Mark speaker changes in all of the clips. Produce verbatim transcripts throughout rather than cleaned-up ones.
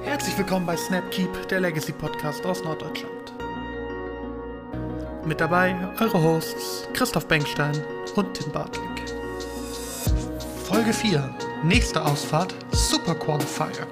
Speaker 1: Herzlich willkommen bei Snapkeep, der Legacy-Podcast aus Norddeutschland. Mit dabei eure Hosts Christoph Bengstein und Tim Bartlick. Folge vier, nächste Ausfahrt, Super Qualifier.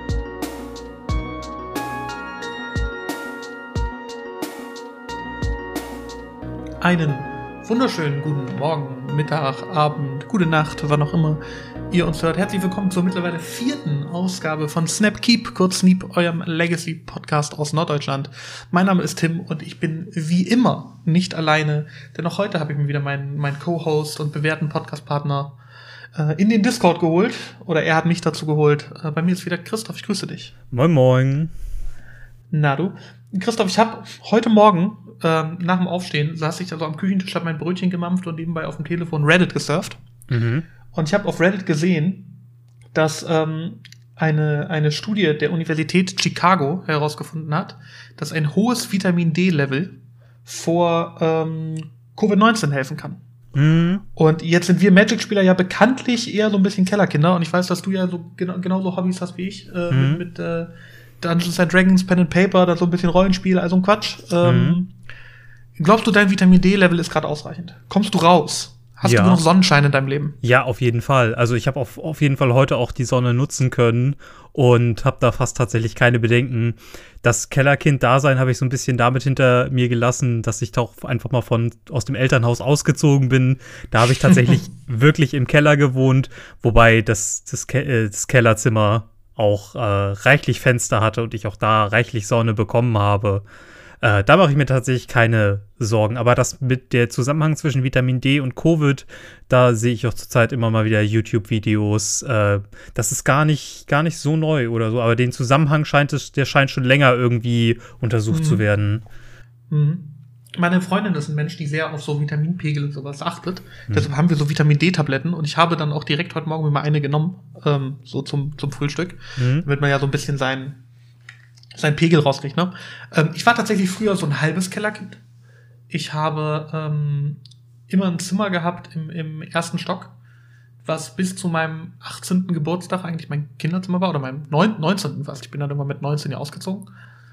Speaker 1: Einen wunderschönen guten Morgen, Mittag, Abend, gute Nacht, wann auch immer ihr uns hört. Herzlich willkommen zur mittlerweile vierten Ausgabe von Snapkeep, kurz Sneap, eurem Legacy-Podcast aus Norddeutschland. Mein Name ist Tim und ich bin wie immer nicht alleine, denn auch heute habe ich mir wieder meinen, meinen Co-Host und bewährten Podcast-Partner äh, in den Discord geholt. Oder er hat mich dazu geholt. Äh, bei mir ist wieder Christoph, ich grüße dich.
Speaker 2: Moin Moin.
Speaker 1: Na du. Christoph, ich habe heute Morgen ähm, nach dem Aufstehen saß ich also am Küchentisch, habe mein Brötchen gemampft und nebenbei auf dem Telefon Reddit gesurft. Mhm. Und ich habe auf Reddit gesehen, dass ähm, eine, eine Studie der Universität Chicago herausgefunden hat, dass ein hohes Vitamin-D-Level vor ähm, Covid neunzehn helfen kann. Mhm. Und jetzt sind wir Magic-Spieler ja bekanntlich eher so ein bisschen Kellerkinder. Und ich weiß, dass du ja so genau, genauso Hobbys hast wie ich. Äh, mhm. Mit, mit äh, Dungeons and Dragons, Pen and Paper, da so ein bisschen Rollenspiel, also ein Quatsch. Ähm, mhm. Glaubst du, dein Vitamin-D-Level ist gerade ausreichend? Kommst du raus? Hast ja. du noch Sonnenschein in deinem Leben?
Speaker 2: Ja, auf jeden Fall. Also ich habe auf, auf jeden Fall heute auch die Sonne nutzen können und habe da fast tatsächlich keine Bedenken. Das Kellerkind-Dasein habe ich so ein bisschen damit hinter mir gelassen, dass ich doch einfach mal von aus dem Elternhaus ausgezogen bin. Da habe ich tatsächlich wirklich im Keller gewohnt, wobei das, das, Ke- das Kellerzimmer auch äh, reichlich Fenster hatte und ich auch da reichlich Sonne bekommen habe. Äh, da mache ich mir tatsächlich keine Sorgen. Aber das mit der Zusammenhang zwischen Vitamin D und Covid, da sehe ich auch zurzeit immer mal wieder YouTube-Videos. Äh, das ist gar nicht, gar nicht so neu oder so. Aber den Zusammenhang scheint es, der scheint schon länger irgendwie untersucht mhm. zu werden.
Speaker 1: Mhm. Meine Freundin ist ein Mensch, die sehr auf so Vitaminpegel und sowas achtet. Mhm. Deshalb haben wir so Vitamin-D-Tabletten und ich habe dann auch direkt heute Morgen mir mal eine genommen, ähm, so zum, zum Frühstück, mhm. damit man ja so ein bisschen sein, sein Pegel rauskriegt. Ne? Ähm, ich war tatsächlich früher so ein halbes Kellerkind. Ich habe ähm, immer ein Zimmer gehabt im, im ersten Stock, was bis zu meinem achtzehnten Geburtstag eigentlich mein Kinderzimmer war, oder meinem neunzehnten fast. Ich bin dann immer mit neunzehn Jahr ausgezogen.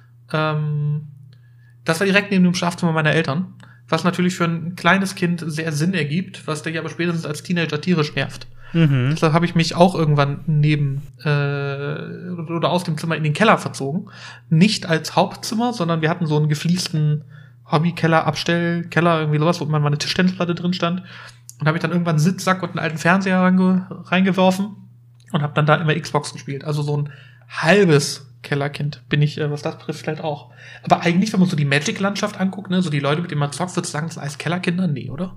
Speaker 1: Ähm, Das war direkt neben dem Schlafzimmer meiner Eltern, was natürlich für ein kleines Kind sehr Sinn ergibt, was dich aber spätestens als Teenager tierisch nervt. Mhm. Deshalb habe ich mich auch irgendwann neben äh, oder aus dem Zimmer in den Keller verzogen. Nicht als Hauptzimmer, sondern wir hatten so einen gefliesten Hobbykeller, Abstellkeller, irgendwie sowas, wo man mal eine Tischtennisplatte drin stand. Und habe ich dann irgendwann einen Sitzsack und einen alten Fernseher reinge- reingeworfen und habe dann da immer Xbox gespielt. Also so ein halbes Kellerkind bin ich, was das betrifft, vielleicht auch. Aber eigentlich, wenn man so die Magic-Landschaft anguckt, ne, so die Leute, mit denen man zockt, würdest du sagen, das sind alles Kellerkinder? Nee, oder?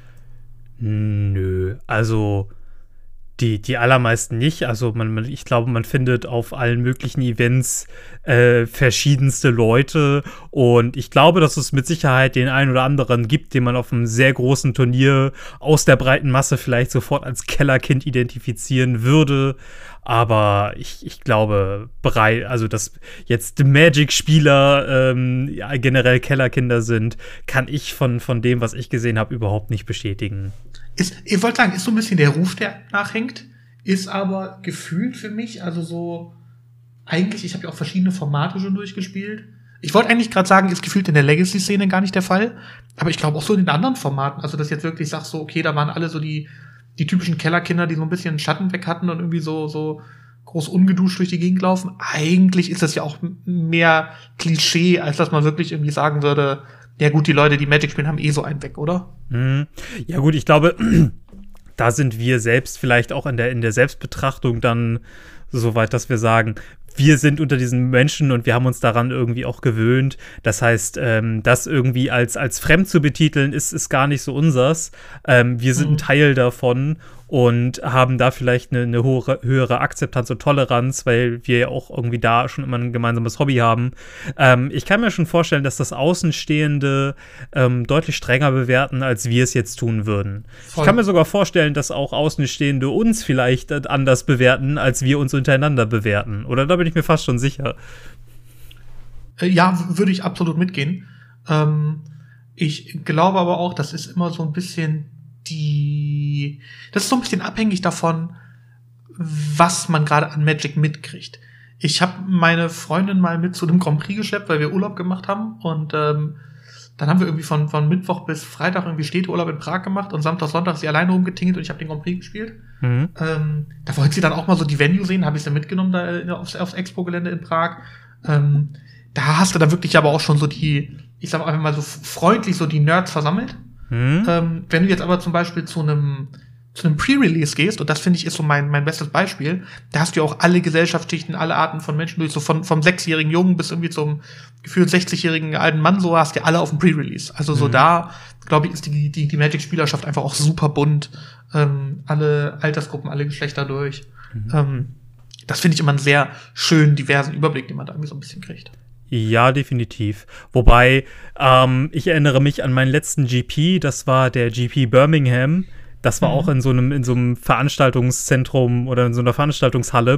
Speaker 2: Nö, also die, die allermeisten nicht. Also man, man, ich glaube, man findet auf allen möglichen Events äh, verschiedenste Leute und ich glaube, dass es mit Sicherheit den einen oder anderen gibt, den man auf einem sehr großen Turnier aus der breiten Masse vielleicht sofort als Kellerkind identifizieren würde. Aber ich, ich glaube, bereit, also dass jetzt Magic-Spieler ähm, ja, generell Kellerkinder sind, kann ich von, von dem, was ich gesehen habe, überhaupt nicht bestätigen.
Speaker 1: Ist, ich wollte sagen, ist so ein bisschen der Ruf, der nachhängt, ist aber gefühlt für mich, also so, eigentlich, ich habe ja auch verschiedene Formate schon durchgespielt. Ich wollte eigentlich gerade sagen, ist gefühlt in der Legacy-Szene gar nicht der Fall, aber ich glaube auch so in den anderen Formaten, also dass jetzt wirklich sagst so, okay, da waren alle so die die typischen Kellerkinder, die so ein bisschen Schatten weg hatten und irgendwie so, so groß ungeduscht durch die Gegend laufen. Eigentlich ist das ja auch mehr Klischee, als dass man wirklich irgendwie sagen würde, ja gut, die Leute, die Magic spielen, haben eh so einen weg, oder?
Speaker 2: Mhm. Ja gut, ich glaube, da sind wir selbst vielleicht auch in der, in der Selbstbetrachtung dann so weit, dass wir sagen, wir sind unter diesen Menschen und wir haben uns daran irgendwie auch gewöhnt. Das heißt, ähm, das irgendwie als, als fremd zu betiteln, ist, ist gar nicht so unsers. Ähm, wir sind mhm. ein Teil davon und haben da vielleicht eine, eine hohe, höhere Akzeptanz und Toleranz, weil wir ja auch irgendwie da schon immer ein gemeinsames Hobby haben. Ähm, ich kann mir schon vorstellen, dass das Außenstehende ähm, deutlich strenger bewerten, als wir es jetzt tun würden. Voll. Ich kann mir sogar vorstellen, dass auch Außenstehende uns vielleicht anders bewerten, als wir uns untereinander bewerten. Oder da bin ich mir fast schon sicher.
Speaker 1: Ja, würde ich absolut mitgehen. Ähm, ich glaube aber auch, das ist immer so ein bisschen die, das ist so ein bisschen abhängig davon, was man gerade an Magic mitkriegt. ich habe meine Freundin mal mit zu dem Grand Prix geschleppt, weil wir Urlaub gemacht haben. Und ähm, dann haben wir irgendwie von, von Mittwoch bis Freitag irgendwie Städteurlaub in Prag gemacht. Und Samstag, Sonntag ist sie alleine rumgetingelt und ich habe den Grand Prix gespielt. Mhm. Ähm, da wollte sie dann auch mal so die Venue sehen, habe ich sie mitgenommen da aufs, aufs Expo-Gelände in Prag. Ähm, da hast du dann wirklich aber auch schon so die, ich sag einfach mal so freundlich so die Nerds versammelt. Mhm. Ähm, wenn du jetzt aber zum Beispiel zu einem zu einem Pre-Release gehst, und das finde ich ist so mein mein bestes Beispiel, da hast du ja auch alle Gesellschaftsschichten, alle Arten von Menschen durch, so von vom sechsjährigen Jungen bis irgendwie zum gefühlt sechzigjährigen alten Mann, so hast du ja alle auf dem Pre-Release. Also so mhm. da, glaube ich, ist die die die Magic-Spielerschaft einfach auch super bunt, ähm, alle Altersgruppen, alle Geschlechter durch. Mhm. Ähm, das finde ich immer einen sehr schönen, diversen Überblick, den man da irgendwie so ein bisschen kriegt.
Speaker 2: Ja, definitiv. Wobei, ähm, ich erinnere mich an meinen letzten G P, das war der G P Birmingham. Das war mhm. auch in so einem in so einem Veranstaltungszentrum oder in so einer Veranstaltungshalle.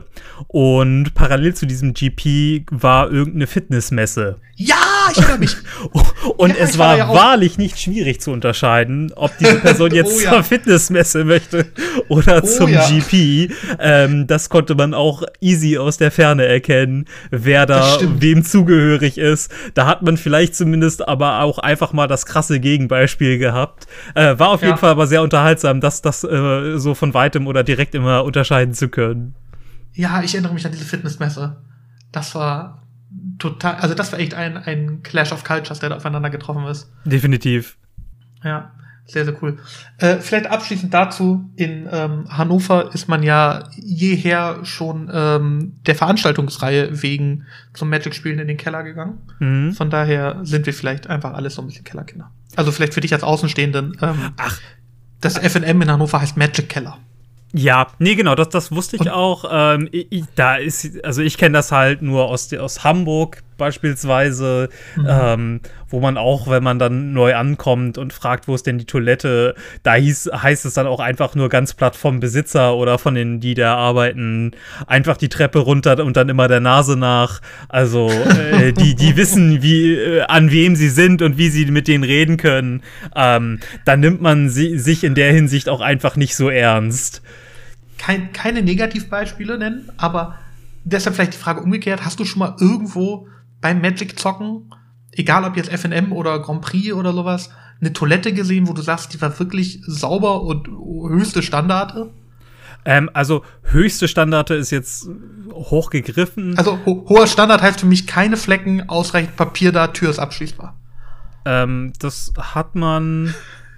Speaker 2: Und parallel zu diesem G P war irgendeine Fitnessmesse.
Speaker 1: Ja, ich erinnere mich.
Speaker 2: Und ja, es war, war ja wahrlich nicht schwierig zu unterscheiden, ob diese Person jetzt oh, ja. zur Fitnessmesse möchte oder oh, zum ja. G P. Ähm, das konnte man auch easy aus der Ferne erkennen, wer da wem zugehörig ist. Da hat man vielleicht zumindest aber auch einfach mal das krasse Gegenbeispiel gehabt. Äh, war auf ja. jeden Fall aber sehr unterhaltsam, das, das äh, so von weitem oder direkt immer unterscheiden zu können.
Speaker 1: Ja, ich erinnere mich an diese Fitnessmesse. Das war total, also das war echt ein, ein Clash of Cultures, der da aufeinander getroffen ist.
Speaker 2: Definitiv.
Speaker 1: Ja, sehr, sehr cool. Äh, vielleicht abschließend dazu, in ähm, Hannover ist man ja jeher schon ähm, der Veranstaltungsreihe wegen zum Magic-Spielen in den Keller gegangen. Mhm. Von daher sind wir vielleicht einfach alles so ein bisschen Kellerkinder. Also vielleicht für dich als Außenstehenden, ähm, Ach. das F und M in Hannover heißt Magic Keller.
Speaker 2: Ja, nee, genau, das, das wusste ich und auch. Ähm, ich, da ist, also ich kenne das halt nur aus, aus Hamburg beispielsweise, mhm. ähm, wo man auch, wenn man dann neu ankommt und fragt, wo ist denn die Toilette, da hieß, heißt es dann auch einfach nur ganz platt vom Besitzer oder von denen, die da arbeiten, einfach die Treppe runter und dann immer der Nase nach. Also äh, die, die wissen, wie, äh, an wem sie sind und wie sie mit denen reden können. Ähm, da nimmt man sie, sich in der Hinsicht auch einfach nicht so ernst.
Speaker 1: Kein, keine Negativbeispiele nennen, aber deshalb vielleicht die Frage umgekehrt, hast du schon mal irgendwo beim Magic-Zocken, egal ob jetzt F und M oder Grand Prix oder sowas, eine Toilette gesehen, wo du sagst, die war wirklich sauber und höchste Standarte?
Speaker 2: Ähm, also höchste Standarte ist jetzt hochgegriffen.
Speaker 1: Also ho- hoher Standard heißt für mich keine Flecken, ausreichend Papier da, Tür ist abschließbar.
Speaker 2: Ähm, das hat man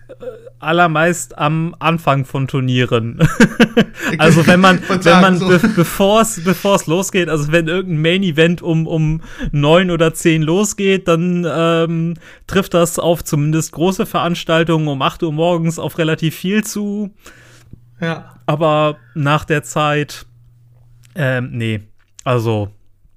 Speaker 2: allermeist am Anfang von Turnieren. Also wenn man, wenn man, be- bevor es bevor es losgeht, also wenn irgendein Main-Event um, um neun oder zehn losgeht, dann ähm, trifft das auf zumindest große Veranstaltungen um acht Uhr morgens auf relativ viel zu.
Speaker 1: Ja.
Speaker 2: Aber nach der Zeit, ähm, nee, also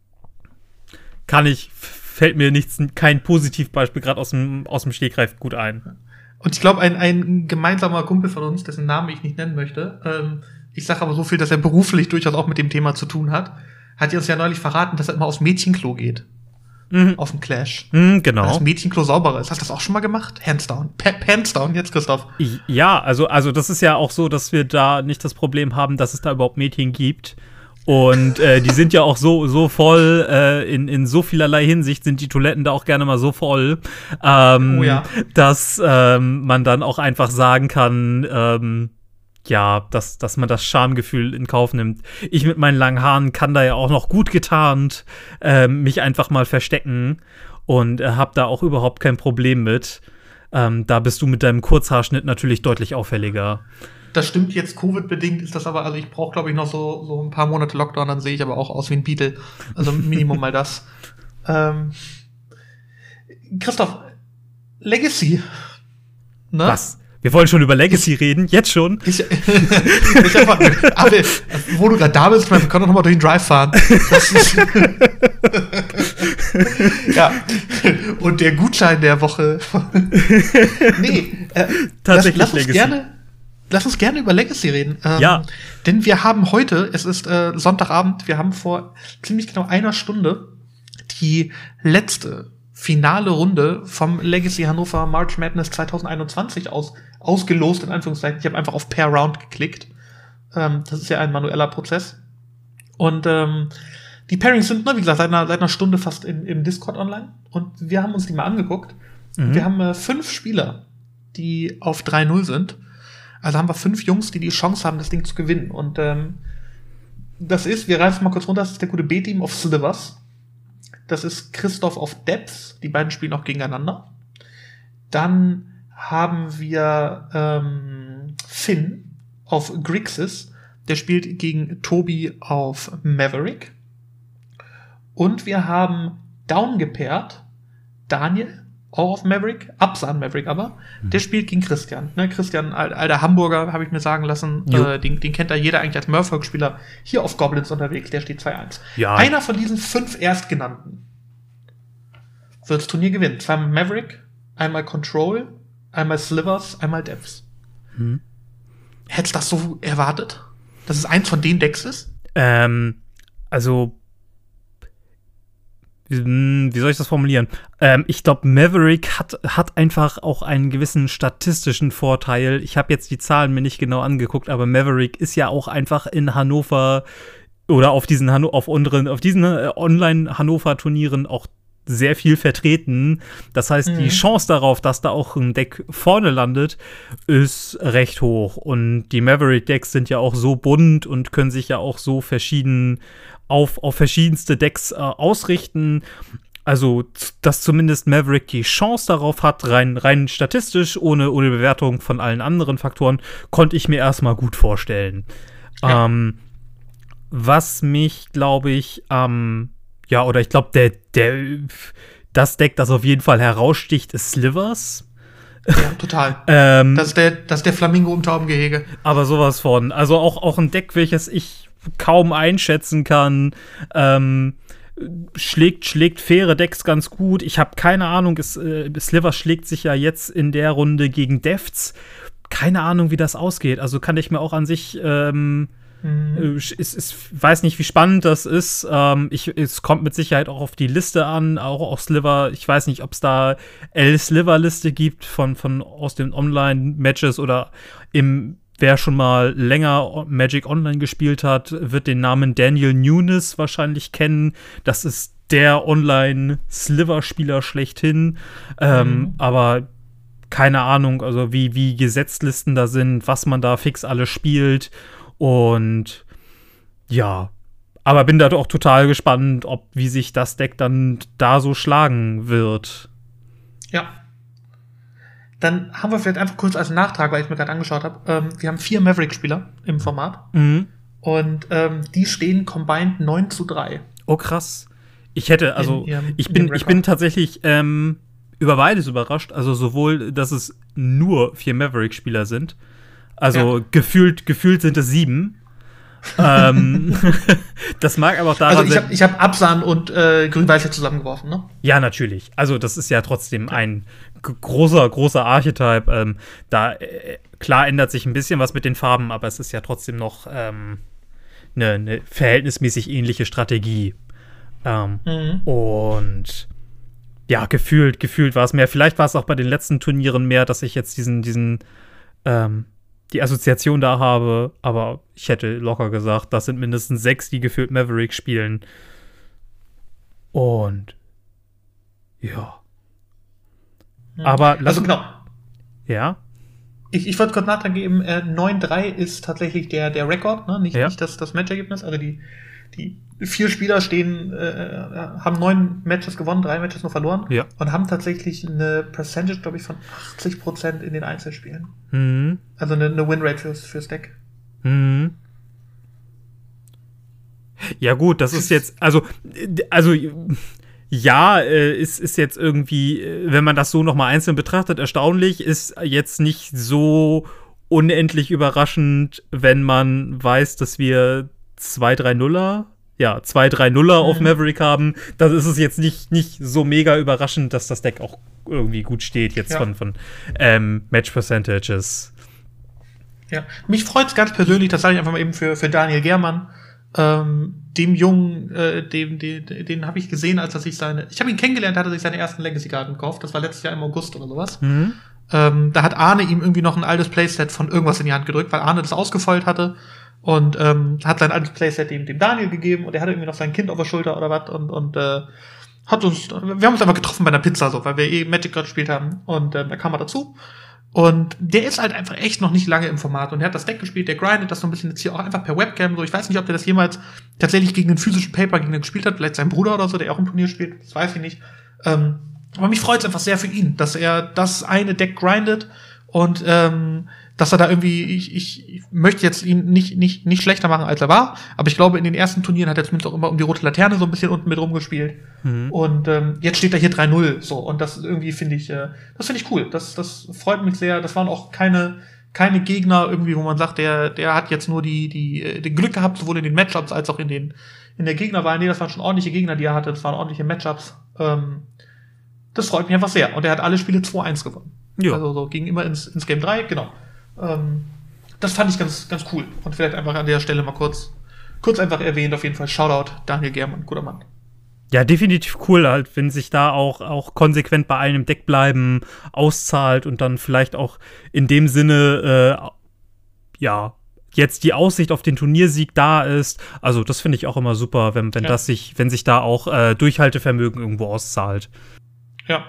Speaker 2: kann ich, fällt mir nichts, kein Positivbeispiel gerade aus dem, aus dem Stegreif gut ein.
Speaker 1: Und ich glaube, ein, ein gemeinsamer Kumpel von uns, dessen Namen ich nicht nennen möchte, ähm, ich sage aber so viel, dass er beruflich durchaus auch mit dem Thema zu tun hat, hat uns ja neulich verraten, dass er immer aufs Mädchenklo geht. Mhm. Auf dem Clash.
Speaker 2: Mhm, genau.
Speaker 1: Weil das Mädchenklo sauberer ist. Hast du das auch schon mal gemacht? Hands down. Pa- Hands down, jetzt Christoph.
Speaker 2: Ja, also, also das ist ja auch so, dass wir da nicht das Problem haben, dass es da überhaupt Mädchen gibt. Und äh, die sind ja auch so so voll, äh, in, in so vielerlei Hinsicht sind die Toiletten da auch gerne mal so voll, ähm, oh ja. dass ähm, man dann auch einfach sagen kann, ähm, ja, dass, dass man das Schamgefühl in Kauf nimmt. Ich mit meinen langen Haaren kann da ja auch noch gut getarnt äh, mich einfach mal verstecken und äh, hab da auch überhaupt kein Problem mit. Ähm, da bist du mit deinem Kurzhaarschnitt natürlich deutlich auffälliger.
Speaker 1: Das stimmt jetzt, Covid-bedingt ist das aber, also ich brauche, glaube ich, noch so, so ein paar Monate Lockdown, dann sehe ich aber auch aus wie ein Beatle. Also Minimum mal das. Ähm, Christoph, Legacy.
Speaker 2: Ne? Was? Wir wollen schon über Legacy ich, reden? Jetzt schon? Ich,
Speaker 1: ich einfach, aber, wo du gerade da bist, ich meine, wir können doch noch mal durch den Drive fahren. Das ist ja. Und der Gutschein der Woche. Nee, äh,
Speaker 2: tatsächlich
Speaker 1: lass, lass uns
Speaker 2: Legacy.
Speaker 1: gerne Lass uns gerne über Legacy reden. Ähm,
Speaker 2: ja.
Speaker 1: Denn wir haben heute, es ist äh, Sonntagabend, wir haben vor ziemlich genau einer Stunde die letzte finale Runde vom Legacy Hannover March Madness zwanzig einundzwanzig aus, ausgelost, in Anführungszeichen. Ich habe einfach auf Per Round geklickt. Ähm, das ist ja ein manueller Prozess. Und ähm, die Pairings sind, ne, wie gesagt, seit einer, seit einer Stunde fast in, im Discord online. Und wir haben uns die mal angeguckt. Mhm. Wir haben äh, fünf Spieler, die auf drei null sind. Also haben wir fünf Jungs, die die Chance haben, das Ding zu gewinnen. Und ähm, das ist, wir reißen mal kurz runter, das ist der gute B-Team auf Slivers. Das ist Christoph auf Depths. Die beiden spielen auch gegeneinander. Dann haben wir ähm, Finn auf Grixis. Der spielt gegen Tobi auf Maverick. Und wir haben down gepaart Daniel, auch auf Maverick, Absan Maverick aber. Mhm. Der spielt gegen Christian. Ne, Christian, alter Hamburger, habe ich mir sagen lassen. Äh, den, den kennt da jeder eigentlich als Murfolk-Spieler. Hier auf Goblins unterwegs, der steht zwei eins. Ja. Einer von diesen fünf Erstgenannten wird das Turnier gewinnen. Zweimal Maverick, einmal Control, einmal Slivers, einmal Depths. Mhm. Hättest du das so erwartet? Dass es eins von den Decks ist?
Speaker 2: Ähm, also wie soll ich das formulieren? Ähm, ich glaube, Maverick hat, hat einfach auch einen gewissen statistischen Vorteil. Ich habe jetzt die Zahlen mir nicht genau angeguckt, aber Maverick ist ja auch einfach in Hannover oder auf diesen, Hanno- auf unseren, auf diesen äh, Online-Hannover-Turnieren auch sehr viel vertreten. Das heißt, mhm. die Chance darauf, dass da auch ein Deck vorne landet, ist recht hoch. Und die Maverick-Decks sind ja auch so bunt und können sich ja auch so verschieden auf, auf verschiedenste Decks äh, ausrichten. Also, dass zumindest Maverick die Chance darauf hat, rein, rein statistisch, ohne, ohne Bewertung von allen anderen Faktoren, konnte ich mir erstmal gut vorstellen. Ja. Ähm, was mich, glaube ich, am ähm, ja, oder ich glaube, der, der, das Deck, das auf jeden Fall heraussticht, ist Slivers.
Speaker 1: Ja, total.
Speaker 2: ähm,
Speaker 1: das, ist der, das ist der Flamingo im Taubengehege.
Speaker 2: Aber sowas von. Also auch, auch ein Deck, welches ich kaum einschätzen kann. Ähm, schlägt, schlägt faire Decks ganz gut. Ich habe keine Ahnung, es, äh, Slivers schlägt sich ja jetzt in der Runde gegen Depths. Keine Ahnung, wie das ausgeht. Also kann ich mir auch an sich ähm, Mhm. Ich, ich, ich weiß nicht, wie spannend das ist. Ähm, ich, es kommt mit Sicherheit auch auf die Liste an, auch auf Sliver. Ich weiß nicht, ob es da L-Sliver-Liste gibt von, von aus den Online-Matches oder im, wer schon mal länger Magic Online gespielt hat, wird den Namen Daniel Nunes wahrscheinlich kennen. Das ist der Online-Sliver-Spieler schlechthin. Ähm, mhm. Aber keine Ahnung, also wie, wie Gesetzlisten da sind, was man da fix alles spielt. Und ja, aber bin da auch total gespannt, ob wie sich das Deck dann da so schlagen wird.
Speaker 1: Ja. Dann haben wir vielleicht einfach kurz als Nachtrag, weil ich mir gerade angeschaut habe, ähm, wir haben vier Maverick-Spieler im Format. Mhm. Und ähm, die stehen combined neun zu drei.
Speaker 2: Oh, krass. Ich hätte, also, ihrem, ich, bin, ich bin tatsächlich ähm, über beides überrascht. Also sowohl, dass es nur vier Maverick-Spieler sind. Also ja. gefühlt, gefühlt sind es sieben. ähm, das mag aber auch daran
Speaker 1: Also ich habe ich hab Absan und äh, Grün-Weiß zusammengeworfen, ne?
Speaker 2: Ja, natürlich. Also das ist ja trotzdem ja. ein g- großer, großer Archetype. Ähm, da, äh, klar ändert sich ein bisschen was mit den Farben, aber es ist ja trotzdem noch ähm, eine, eine verhältnismäßig ähnliche Strategie. Ähm, mhm. Und ja, gefühlt, gefühlt war es mehr. Vielleicht war es auch bei den letzten Turnieren mehr, dass ich jetzt diesen, diesen ähm, die Assoziation da habe, aber ich hätte locker gesagt, das sind mindestens sechs, die gefühlt Maverick spielen. Und ja.
Speaker 1: ja.
Speaker 2: Aber
Speaker 1: also genau.
Speaker 2: Ja.
Speaker 1: Ich, ich wollte kurz Nachtrag geben, äh, neun drei ist tatsächlich der, der Rekord, ne? Nicht, ja. nicht das, das Matchergebnis. Also die, die vier Spieler stehen, äh, haben neun Matches gewonnen, drei Matches nur verloren
Speaker 2: ja.
Speaker 1: und haben tatsächlich eine Percentage, glaube ich, von achtzig Prozent in den Einzelspielen.
Speaker 2: Mhm.
Speaker 1: Also eine, eine Winrate fürs, fürs Deck.
Speaker 2: Mhm. Ja gut, das ist jetzt, also, also ja, äh, ist, ist jetzt irgendwie, wenn man das so nochmal einzeln betrachtet, erstaunlich, ist jetzt nicht so unendlich überraschend, wenn man weiß, dass wir zwei drei Nuller ja, zwei drei Nuller mhm. auf Maverick haben, dann ist es jetzt nicht, nicht so mega überraschend, dass das Deck auch irgendwie gut steht, jetzt ja. von, von ähm, Match-Percentages.
Speaker 1: Ja, mich freut es ganz persönlich, das sage ich einfach mal eben für, für Daniel Germann, ähm, dem Jungen, äh, dem, den, den habe ich gesehen, als er sich seine, ich habe ihn kennengelernt, hat er sich seine ersten Legacy-Karten gekauft, das war letztes Jahr im August oder sowas. Mhm. Ähm, da hat Arne ihm irgendwie noch ein altes Playset von irgendwas in die Hand gedrückt, weil Arne das ausgefeult hatte. und ähm, hat sein altes Playset dem, dem Daniel gegeben und er hatte irgendwie noch sein Kind auf der Schulter oder was und, und äh, hat uns, wir haben uns einfach getroffen bei einer Pizza, so, weil wir eh Magic gerade gespielt haben und äh, da kam er dazu. Und der ist halt einfach echt noch nicht lange im Format. Und er hat das Deck gespielt, der grindet das so ein bisschen jetzt hier auch einfach per Webcam. So, ich weiß nicht, ob der das jemals tatsächlich gegen den physischen Paper gegen den gespielt hat. Vielleicht sein Bruder oder so, der auch im Turnier spielt. Das weiß ich nicht. Ähm, aber mich freut es einfach sehr für ihn, dass er das eine Deck grindet und ähm, dass er da irgendwie, ich, ich, ich möchte jetzt ihn nicht, nicht, nicht schlechter machen, als er war, aber ich glaube, in den ersten Turnieren hat er zumindest auch immer um die rote Laterne so ein bisschen unten mit rumgespielt. Mhm. Und ähm, jetzt steht er hier drei null, so, und das irgendwie finde ich, äh, das finde ich cool. Das, das freut mich sehr. Das waren auch keine, keine Gegner irgendwie, wo man sagt, der, der hat jetzt nur die, die, die Glück gehabt, sowohl in den Matchups als auch in den, in der Gegnerwahl. Nee, das waren schon ordentliche Gegner, die er hatte. Das waren ordentliche Matchups. Ähm, das freut mich einfach sehr. Und er hat alle Spiele zwei eins gewonnen. Ja. Also so ging immer ins, ins Game drei, genau. Ähm, das fand ich ganz, ganz cool. Und vielleicht einfach an der Stelle mal kurz, kurz einfach erwähnt. Auf jeden Fall Shoutout, Daniel Germann, guter Mann.
Speaker 2: Ja, definitiv cool, halt, wenn sich da auch, auch konsequent bei einem Deck bleiben auszahlt und dann vielleicht auch in dem Sinne, äh, ja, jetzt die Aussicht auf den Turniersieg da ist. Also das finde ich auch immer super, wenn, wenn ja. das sich, wenn sich da auch äh, Durchhaltevermögen irgendwo auszahlt.
Speaker 1: Ja,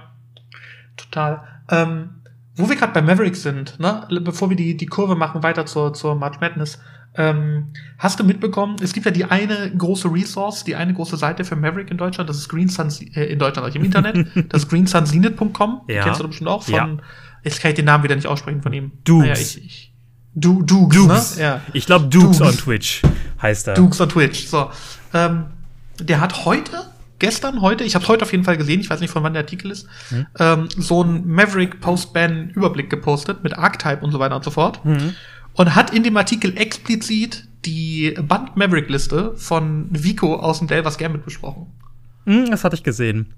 Speaker 1: total. Ähm, wo wir gerade bei Mavericks sind, ne, bevor wir die, die Kurve machen, weiter zur, zur March Madness, ähm, hast du mitbekommen, es gibt ja die eine große Resource, die eine große Seite für Maverick in Deutschland, das ist Green Sun, äh, in Deutschland, also im Internet, das ist green sun zenith punkt com,
Speaker 2: ja.
Speaker 1: Kennst du bestimmt auch von,
Speaker 2: ja.
Speaker 1: Jetzt kann ich den Namen wieder nicht aussprechen von ihm.
Speaker 2: Dukes.
Speaker 1: Naja, ich, ich, du, Dukes,
Speaker 2: Dukes.
Speaker 1: Ne? Ja.
Speaker 2: Ich glaube Dukes, Dukes on Twitch heißt er.
Speaker 1: Dukes on Twitch, so. Ähm, der hat heute Gestern, heute, ich habe es heute auf jeden Fall gesehen, ich weiß nicht, von wann der Artikel ist, mhm. ähm, so ein Maverick-Post-Ban-Überblick gepostet mit Archetype und so weiter und so fort. Mhm. Und hat in dem Artikel explizit die Band-Maverick-Liste von Vico aus dem Delvers Gambit besprochen.
Speaker 2: Mhm, das hatte ich gesehen.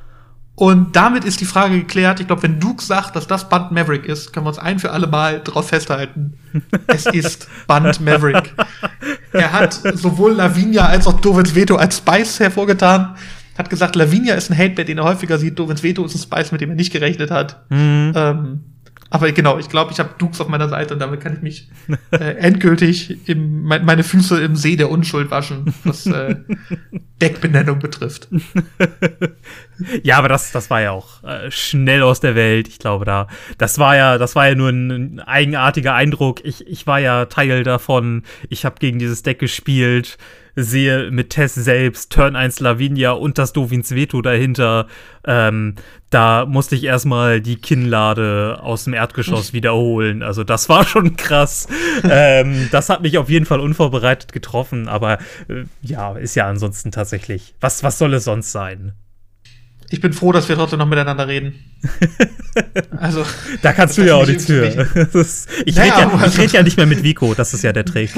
Speaker 1: Und damit ist die Frage geklärt. Ich glaube, wenn Duke sagt, dass das Band Maverick ist, können wir uns ein für alle Mal drauf festhalten. Es ist Band Maverick. Er hat sowohl Lavinia als auch Dovins Veto als Spice hervorgetan. Hat gesagt, Lavinia ist ein Hatebait, den er häufiger sieht. Dovins Veto ist ein Spice, mit dem er nicht gerechnet hat. Mhm. Ähm, aber genau, ich glaube, ich habe Dukes auf meiner Seite und damit kann ich mich äh, endgültig im, me- meine Füße im See der Unschuld waschen, was äh, Deckbenennung betrifft.
Speaker 2: Ja, aber das, das war ja auch äh, schnell aus der Welt. Ich glaube, da, das war ja, das war ja nur ein, ein eigenartiger Eindruck. Ich, ich war ja Teil davon. Ich habe gegen dieses Deck gespielt, sehe mit Tess selbst Turn eins Lavinia und das Dovins Veto dahinter. Ähm, da musste ich erstmal die Kinnlade aus dem Erdgeschoss wiederholen. Also das war schon krass. ähm, das hat mich auf jeden Fall unvorbereitet getroffen. Aber äh, ja, ist ja ansonsten tatsächlich. Was, was soll es sonst sein?
Speaker 1: Ich bin froh, dass wir trotzdem noch miteinander reden. Also,
Speaker 2: da kannst du ja auch nichts für. Ist, ich naja, rede ja, red ja nicht mehr mit Vico, das ist ja der Trick.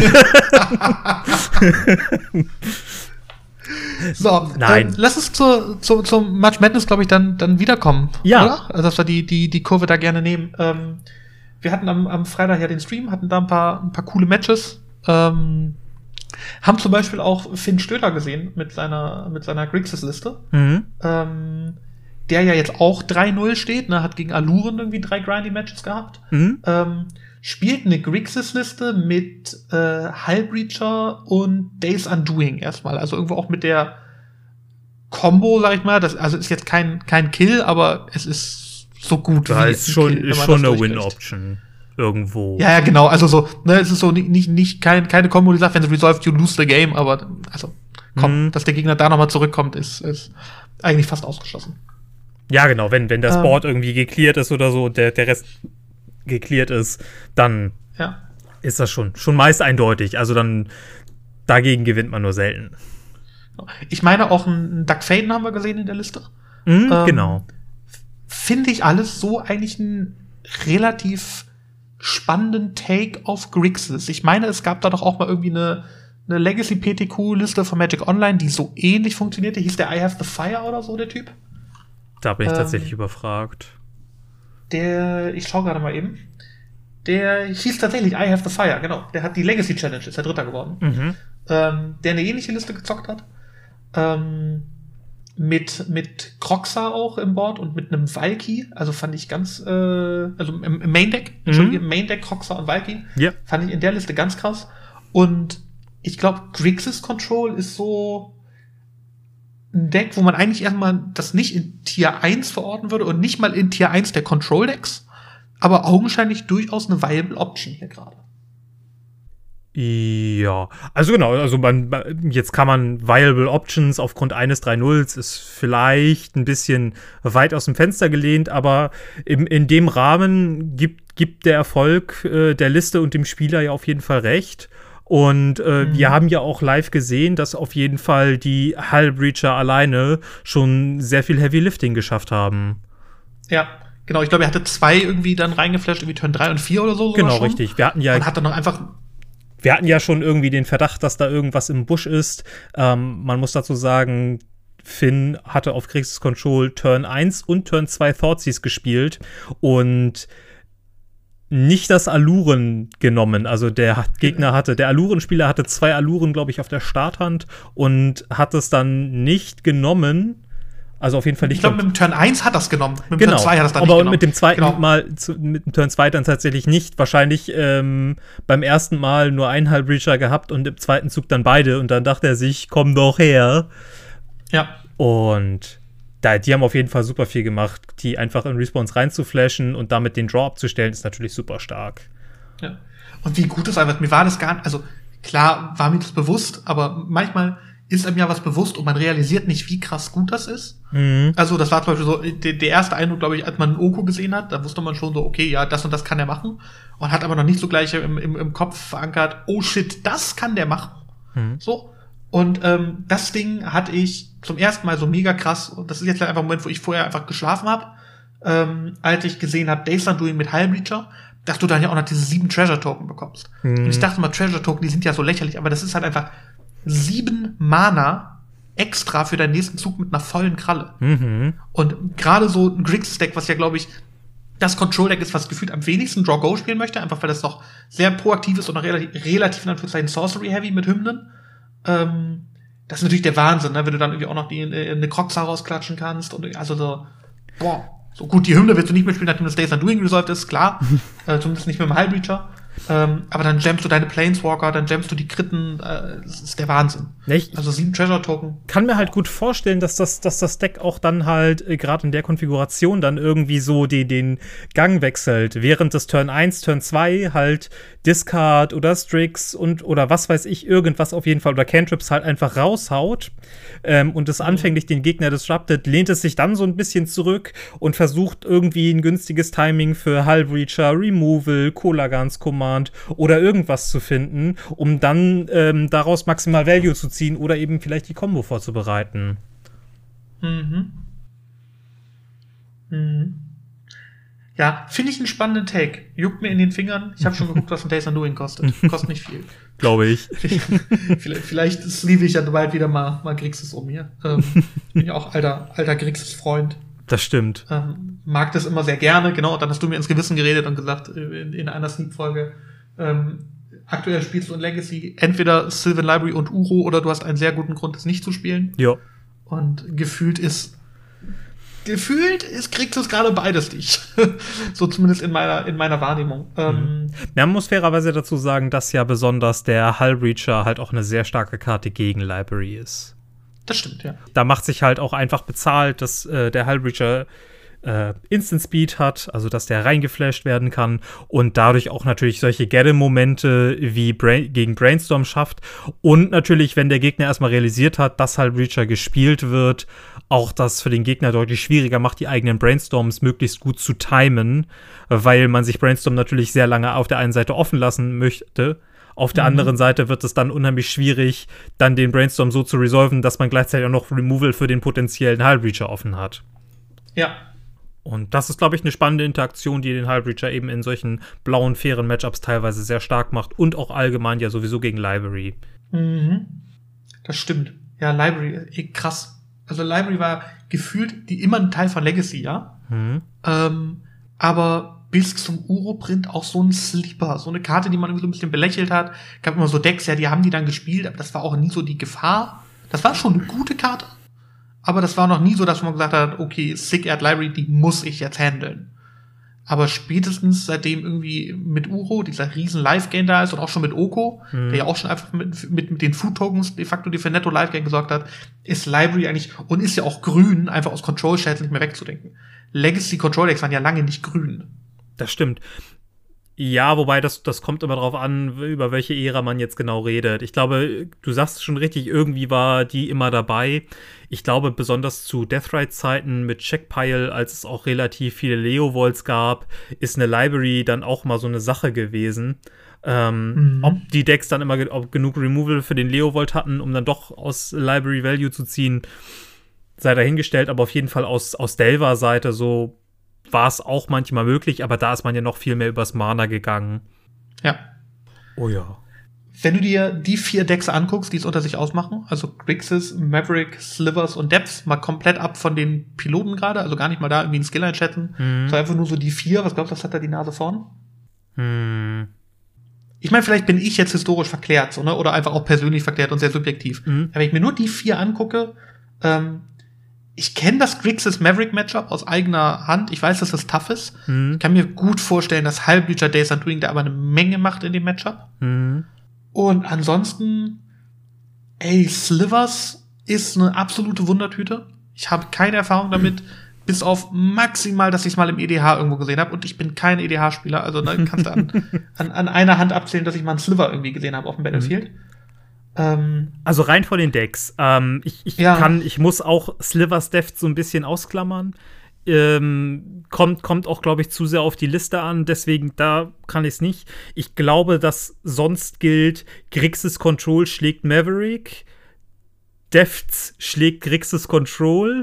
Speaker 1: So,
Speaker 2: Nein.
Speaker 1: Ähm, lass uns zur, zur, zum March Madness, glaube ich, dann, dann wiederkommen.
Speaker 2: Ja.
Speaker 1: Oder? Also, dass wir die, die, die Kurve da gerne nehmen. Ähm, wir hatten am, am Freitag ja den Stream, hatten da ein paar, ein paar coole Matches. Ähm, haben zum Beispiel auch Finn Stöder gesehen mit seiner, mit seiner Grixis-Liste. Mhm. Ähm, der ja jetzt auch drei null steht, ne, hat gegen Aluren irgendwie drei Grindy-Matches gehabt. Mhm. Ähm, spielt eine Grixis-Liste mit äh, Hullbreacher und Days Undoing erstmal. Also irgendwo auch mit der Combo, sag ich mal. Das, also ist jetzt kein, kein Kill, aber es ist so gut
Speaker 2: da wie ist schon, Kill, ist schon eine Win-Option. Irgendwo.
Speaker 1: Ja, ja, genau. Also so, ne, es ist so nicht, nicht, nicht kein, keine Combo, die sagt, wenn es resolved, you lose the game, aber also, komm, mhm. dass der Gegner da nochmal zurückkommt, ist, ist eigentlich fast ausgeschlossen.
Speaker 2: Ja, genau, wenn, wenn das ähm, Board irgendwie geklärt ist oder so und der, der Rest geklärt ist, dann
Speaker 1: ja.
Speaker 2: ist das schon, schon meist eindeutig. Also dann, dagegen gewinnt man nur selten.
Speaker 1: Ich meine, auch einen Doug Faden haben wir gesehen in der Liste.
Speaker 2: Mhm, ähm, genau.
Speaker 1: Finde ich alles so eigentlich ein relativ spannenden Take auf Grixis. Ich meine, es gab da doch auch mal irgendwie eine, eine Legacy-P T Q-Liste von Magic Online, die so ähnlich funktionierte. Hieß der I Have the Fire oder so, der Typ?
Speaker 2: Da bin ich
Speaker 1: ähm,
Speaker 2: tatsächlich überfragt.
Speaker 1: Der, ich schau gerade mal eben. Der hieß tatsächlich I Have the Fire, genau. Der hat die Legacy Challenge, ist der Dritter geworden. Mhm. Ähm, der eine ähnliche Liste gezockt hat. Ähm, mit, mit Kroxa auch im Board und mit einem Valky. Also fand ich ganz, äh, also im, im Main Deck, Entschuldigung, im Main Deck Kroxa und Valky.
Speaker 2: Ja.
Speaker 1: Fand ich in der Liste ganz krass. Und ich glaube, Grixis Control ist so ein Deck, wo man eigentlich erstmal das nicht in Tier eins verorten würde und nicht mal in Tier eins der Control-Decks, aber augenscheinlich durchaus eine viable Option hier gerade.
Speaker 2: Ja, also genau, also man, jetzt kann man Viable Options aufgrund eines drei nulls ist vielleicht ein bisschen weit aus dem Fenster gelehnt, aber im, in dem Rahmen gibt, gibt der Erfolg äh, der Liste und dem Spieler ja auf jeden Fall recht. Und äh, mhm. wir haben ja auch live gesehen, dass auf jeden Fall die Hullbreacher alleine schon sehr viel Heavy Lifting geschafft haben.
Speaker 1: Ja, genau. Ich glaube, er hatte zwei irgendwie dann reingeflasht, irgendwie Turn drei und vier oder so.
Speaker 2: Genau,
Speaker 1: schon.
Speaker 2: richtig. Wir hatten ja
Speaker 1: und hat dann noch einfach
Speaker 2: Wir hatten ja schon irgendwie den Verdacht, dass da irgendwas im Busch ist. Ähm, man muss dazu sagen, Finn hatte auf Grixis Control Turn eins und Turn zwei Thoughtseize gespielt und nicht das Aluren genommen. Also der Gegner hatte, der Aluren-Spieler hatte zwei Aluren, glaube ich, auf der Starthand und hat es dann nicht genommen. Also auf jeden Fall nicht.
Speaker 1: Ich glaube, mit dem Turn eins hat das genommen. Mit dem
Speaker 2: genau,
Speaker 1: Turn zwei hat das dann
Speaker 2: aber
Speaker 1: nicht genommen.
Speaker 2: mit dem zweiten
Speaker 1: genau.
Speaker 2: Mal, zu, mit dem Turn zwei dann tatsächlich nicht. Wahrscheinlich ähm, beim ersten Mal nur einen Hullbreacher gehabt und im zweiten Zug dann beide. Und dann dachte er sich, komm doch her.
Speaker 1: Ja.
Speaker 2: Und da, die haben auf jeden Fall super viel gemacht. Die einfach in Respawns reinzuflashen und damit den Draw abzustellen, ist natürlich super stark.
Speaker 1: Ja. Und wie gut ist einfach, mir war das gar nicht, also klar war mir das bewusst, aber manchmal ist einem ja was bewusst und man realisiert nicht, wie krass gut das ist.
Speaker 2: Mhm.
Speaker 1: Also das war zum Beispiel so der, der erste Eindruck, glaube ich, als man einen Oko gesehen hat, da wusste man schon so, okay, ja, das und das kann der machen. Und hat aber noch nicht so gleich im, im, im Kopf verankert, oh shit, das kann der machen. Mhm. So. Und ähm, das Ding hatte ich zum ersten Mal so mega krass, und das ist jetzt einfach ein Moment, wo ich vorher einfach geschlafen habe, ähm, als ich gesehen habe, Days Undoing mit Hullbreacher, dass du dann ja auch noch diese sieben Treasure-Token bekommst. Mhm. Und ich dachte mal, Treasure-Token, die sind ja so lächerlich, aber das ist halt einfach sieben Mana extra für deinen nächsten Zug mit einer vollen Kralle. Mhm. Und gerade so ein Grixis-Deck, was ja, glaube ich, das Control-Deck ist, was gefühlt am wenigsten Draw-Go spielen möchte, einfach weil das noch sehr proaktiv ist und noch relativ, relativ in Anführungszeichen Sorcery-Heavy mit Hymnen. Ähm, das ist natürlich der Wahnsinn, ne? Wenn du dann irgendwie auch noch die, äh, eine Croxa rausklatschen kannst und also so, boah, so gut, die Hymne willst du nicht mehr spielen, nachdem das Days Undoing resolved ist, klar. äh, zumindest nicht mit dem Hullbreacher. Ähm, aber dann jammst du deine Planeswalker, dann jammst du die Kritten, äh, das ist der Wahnsinn.
Speaker 2: Ich
Speaker 1: also sieben Treasure-Token.
Speaker 2: Kann mir halt gut vorstellen, dass das, dass das Deck auch dann halt äh, gerade in der Konfiguration dann irgendwie so die, den Gang wechselt. Während des Turn eins, Turn zwei halt Discard oder Strix und oder was weiß ich, irgendwas auf jeden Fall oder Cantrips halt einfach raushaut ähm, und es anfänglich den Gegner disruptet, lehnt es sich dann so ein bisschen zurück und versucht irgendwie ein günstiges Timing für Hullbreacher, Removal, Kolagans Command oder irgendwas zu finden, um dann ähm, daraus maximal Value zu ziehen oder eben vielleicht die Combo vorzubereiten.
Speaker 1: Mhm. Mhm. Ja, finde ich einen spannenden Take. Juckt mir in den Fingern. Ich habe schon geguckt, was ein Days Undoing kostet. Kostet nicht viel.
Speaker 2: Glaube ich.
Speaker 1: vielleicht vielleicht sleeve ich ja bald wieder mal, mal Grixis um hier. Ähm, bin ja auch alter, alter Grixis-Freund.
Speaker 2: Das stimmt.
Speaker 1: Ähm, mag das immer sehr gerne, genau. Und dann hast du mir ins Gewissen geredet und gesagt, in, in einer Sneak-Folge, ähm, aktuell spielst du in Legacy entweder Sylvan Library und Uro oder du hast einen sehr guten Grund, das nicht zu spielen.
Speaker 2: Ja.
Speaker 1: Und gefühlt ist Gefühlt ist, kriegst du es gerade beides nicht. So zumindest in meiner, in meiner Wahrnehmung. Mhm. Ähm,
Speaker 2: Man muss fairerweise dazu sagen, dass ja besonders der Hullbreacher halt auch eine sehr starke Karte gegen Library ist.
Speaker 1: Das stimmt, ja.
Speaker 2: Da macht sich halt auch einfach bezahlt, dass äh, der Hullbreacher äh, Instant Speed hat, also dass der reingeflasht werden kann und dadurch auch natürlich solche Get-Em-Momente wie Brain- gegen Brainstorm schafft und natürlich, wenn der Gegner erstmal realisiert hat, dass Hullbreacher gespielt wird, auch das für den Gegner deutlich schwieriger macht, die eigenen Brainstorms möglichst gut zu timen, weil man sich Brainstorm natürlich sehr lange auf der einen Seite offen lassen möchte. Auf der mhm. anderen Seite wird es dann unheimlich schwierig, dann den Brainstorm so zu resolven, dass man gleichzeitig auch noch Removal für den potenziellen Hullbreacher offen hat.
Speaker 1: Ja.
Speaker 2: Und das ist, glaube ich, eine spannende Interaktion, die den Hullbreacher eben in solchen blauen, fairen Matchups teilweise sehr stark macht und auch allgemein ja sowieso gegen Library.
Speaker 1: Mhm. Das stimmt. Ja, Library, ey, krass. Also Library war gefühlt die immer ein Teil von Legacy, ja. Mhm. Ähm, aber bis zum Uro-Print auch so ein Sleeper, so eine Karte, die man irgendwie so ein bisschen belächelt hat. Gab immer so Decks, ja, die haben die dann gespielt, aber das war auch nie so die Gefahr. Das war schon eine gute Karte, aber das war noch nie so, dass man gesagt hat, okay, Sick Art Library, die muss ich jetzt handeln. Aber spätestens seitdem irgendwie mit Uro dieser riesen Live-Gain da ist und auch schon mit Oko, mhm. der ja auch schon einfach mit, mit, mit den Food-Tokens de facto die für Netto Live-Gain gesorgt hat, ist Library eigentlich, und ist ja auch grün, einfach aus Control-Shells nicht mehr wegzudenken. Legacy-Control-Decks waren ja lange nicht grün.
Speaker 2: Das stimmt. Ja, wobei das, das kommt immer drauf an, über welche Ära man jetzt genau redet. Ich glaube, du sagst schon richtig, irgendwie war die immer dabei. Ich glaube, besonders zu Deathrite-Zeiten mit Checkpile, als es auch relativ viele Leo-Volts gab, ist eine Library dann auch mal so eine Sache gewesen. Ähm, mhm. Ob die Decks dann immer ge- ob genug Removal für den Leo-Volt hatten, um dann doch aus Library Value zu ziehen, sei dahingestellt. Aber auf jeden Fall aus, aus Delver-Seite so war es auch manchmal möglich, aber da ist man ja noch viel mehr übers Mana gegangen.
Speaker 1: Ja.
Speaker 2: Oh ja.
Speaker 1: Wenn du dir die vier Decks anguckst, die es unter sich ausmachen, also Grixis, Maverick, Slivers und Depths, mal komplett ab von den Piloten gerade, also gar nicht mal da irgendwie einen Skill einschätzen, mhm. so einfach nur so die vier, was glaubst du, was hat da die Nase vorn?
Speaker 2: Mhm.
Speaker 1: Ich meine, vielleicht bin ich jetzt historisch verklärt, so, ne? Oder einfach auch persönlich verklärt und sehr subjektiv. Mhm. Aber wenn ich mir nur die vier angucke, ähm, ich kenne das Grixis-Maverick-Matchup aus eigener Hand. Ich weiß, dass das tough ist. Mhm. Ich kann mir gut vorstellen, dass Halbbleacher Days Undoing da aber eine Menge macht in dem Matchup.
Speaker 2: Mhm.
Speaker 1: Und ansonsten, ey, Slivers ist eine absolute Wundertüte. Ich habe keine Erfahrung damit, mhm. bis auf maximal, dass ich es mal im E D H irgendwo gesehen habe. Und ich bin kein E D H-Spieler. Also da kannst du an, an, an einer Hand abzählen, dass ich mal einen Sliver irgendwie gesehen habe auf dem Battlefield. Mhm. Ähm,
Speaker 2: also rein von den Decks. Ähm, ich, ich,
Speaker 1: ja.
Speaker 2: kann, ich muss auch Slivers Deft so ein bisschen ausklammern. Ähm, kommt, kommt auch, glaube ich, zu sehr auf die Liste an. Deswegen, da kann ich es nicht. Ich glaube, dass sonst gilt, Grixis Control schlägt Maverick, Defts schlägt Grixis Control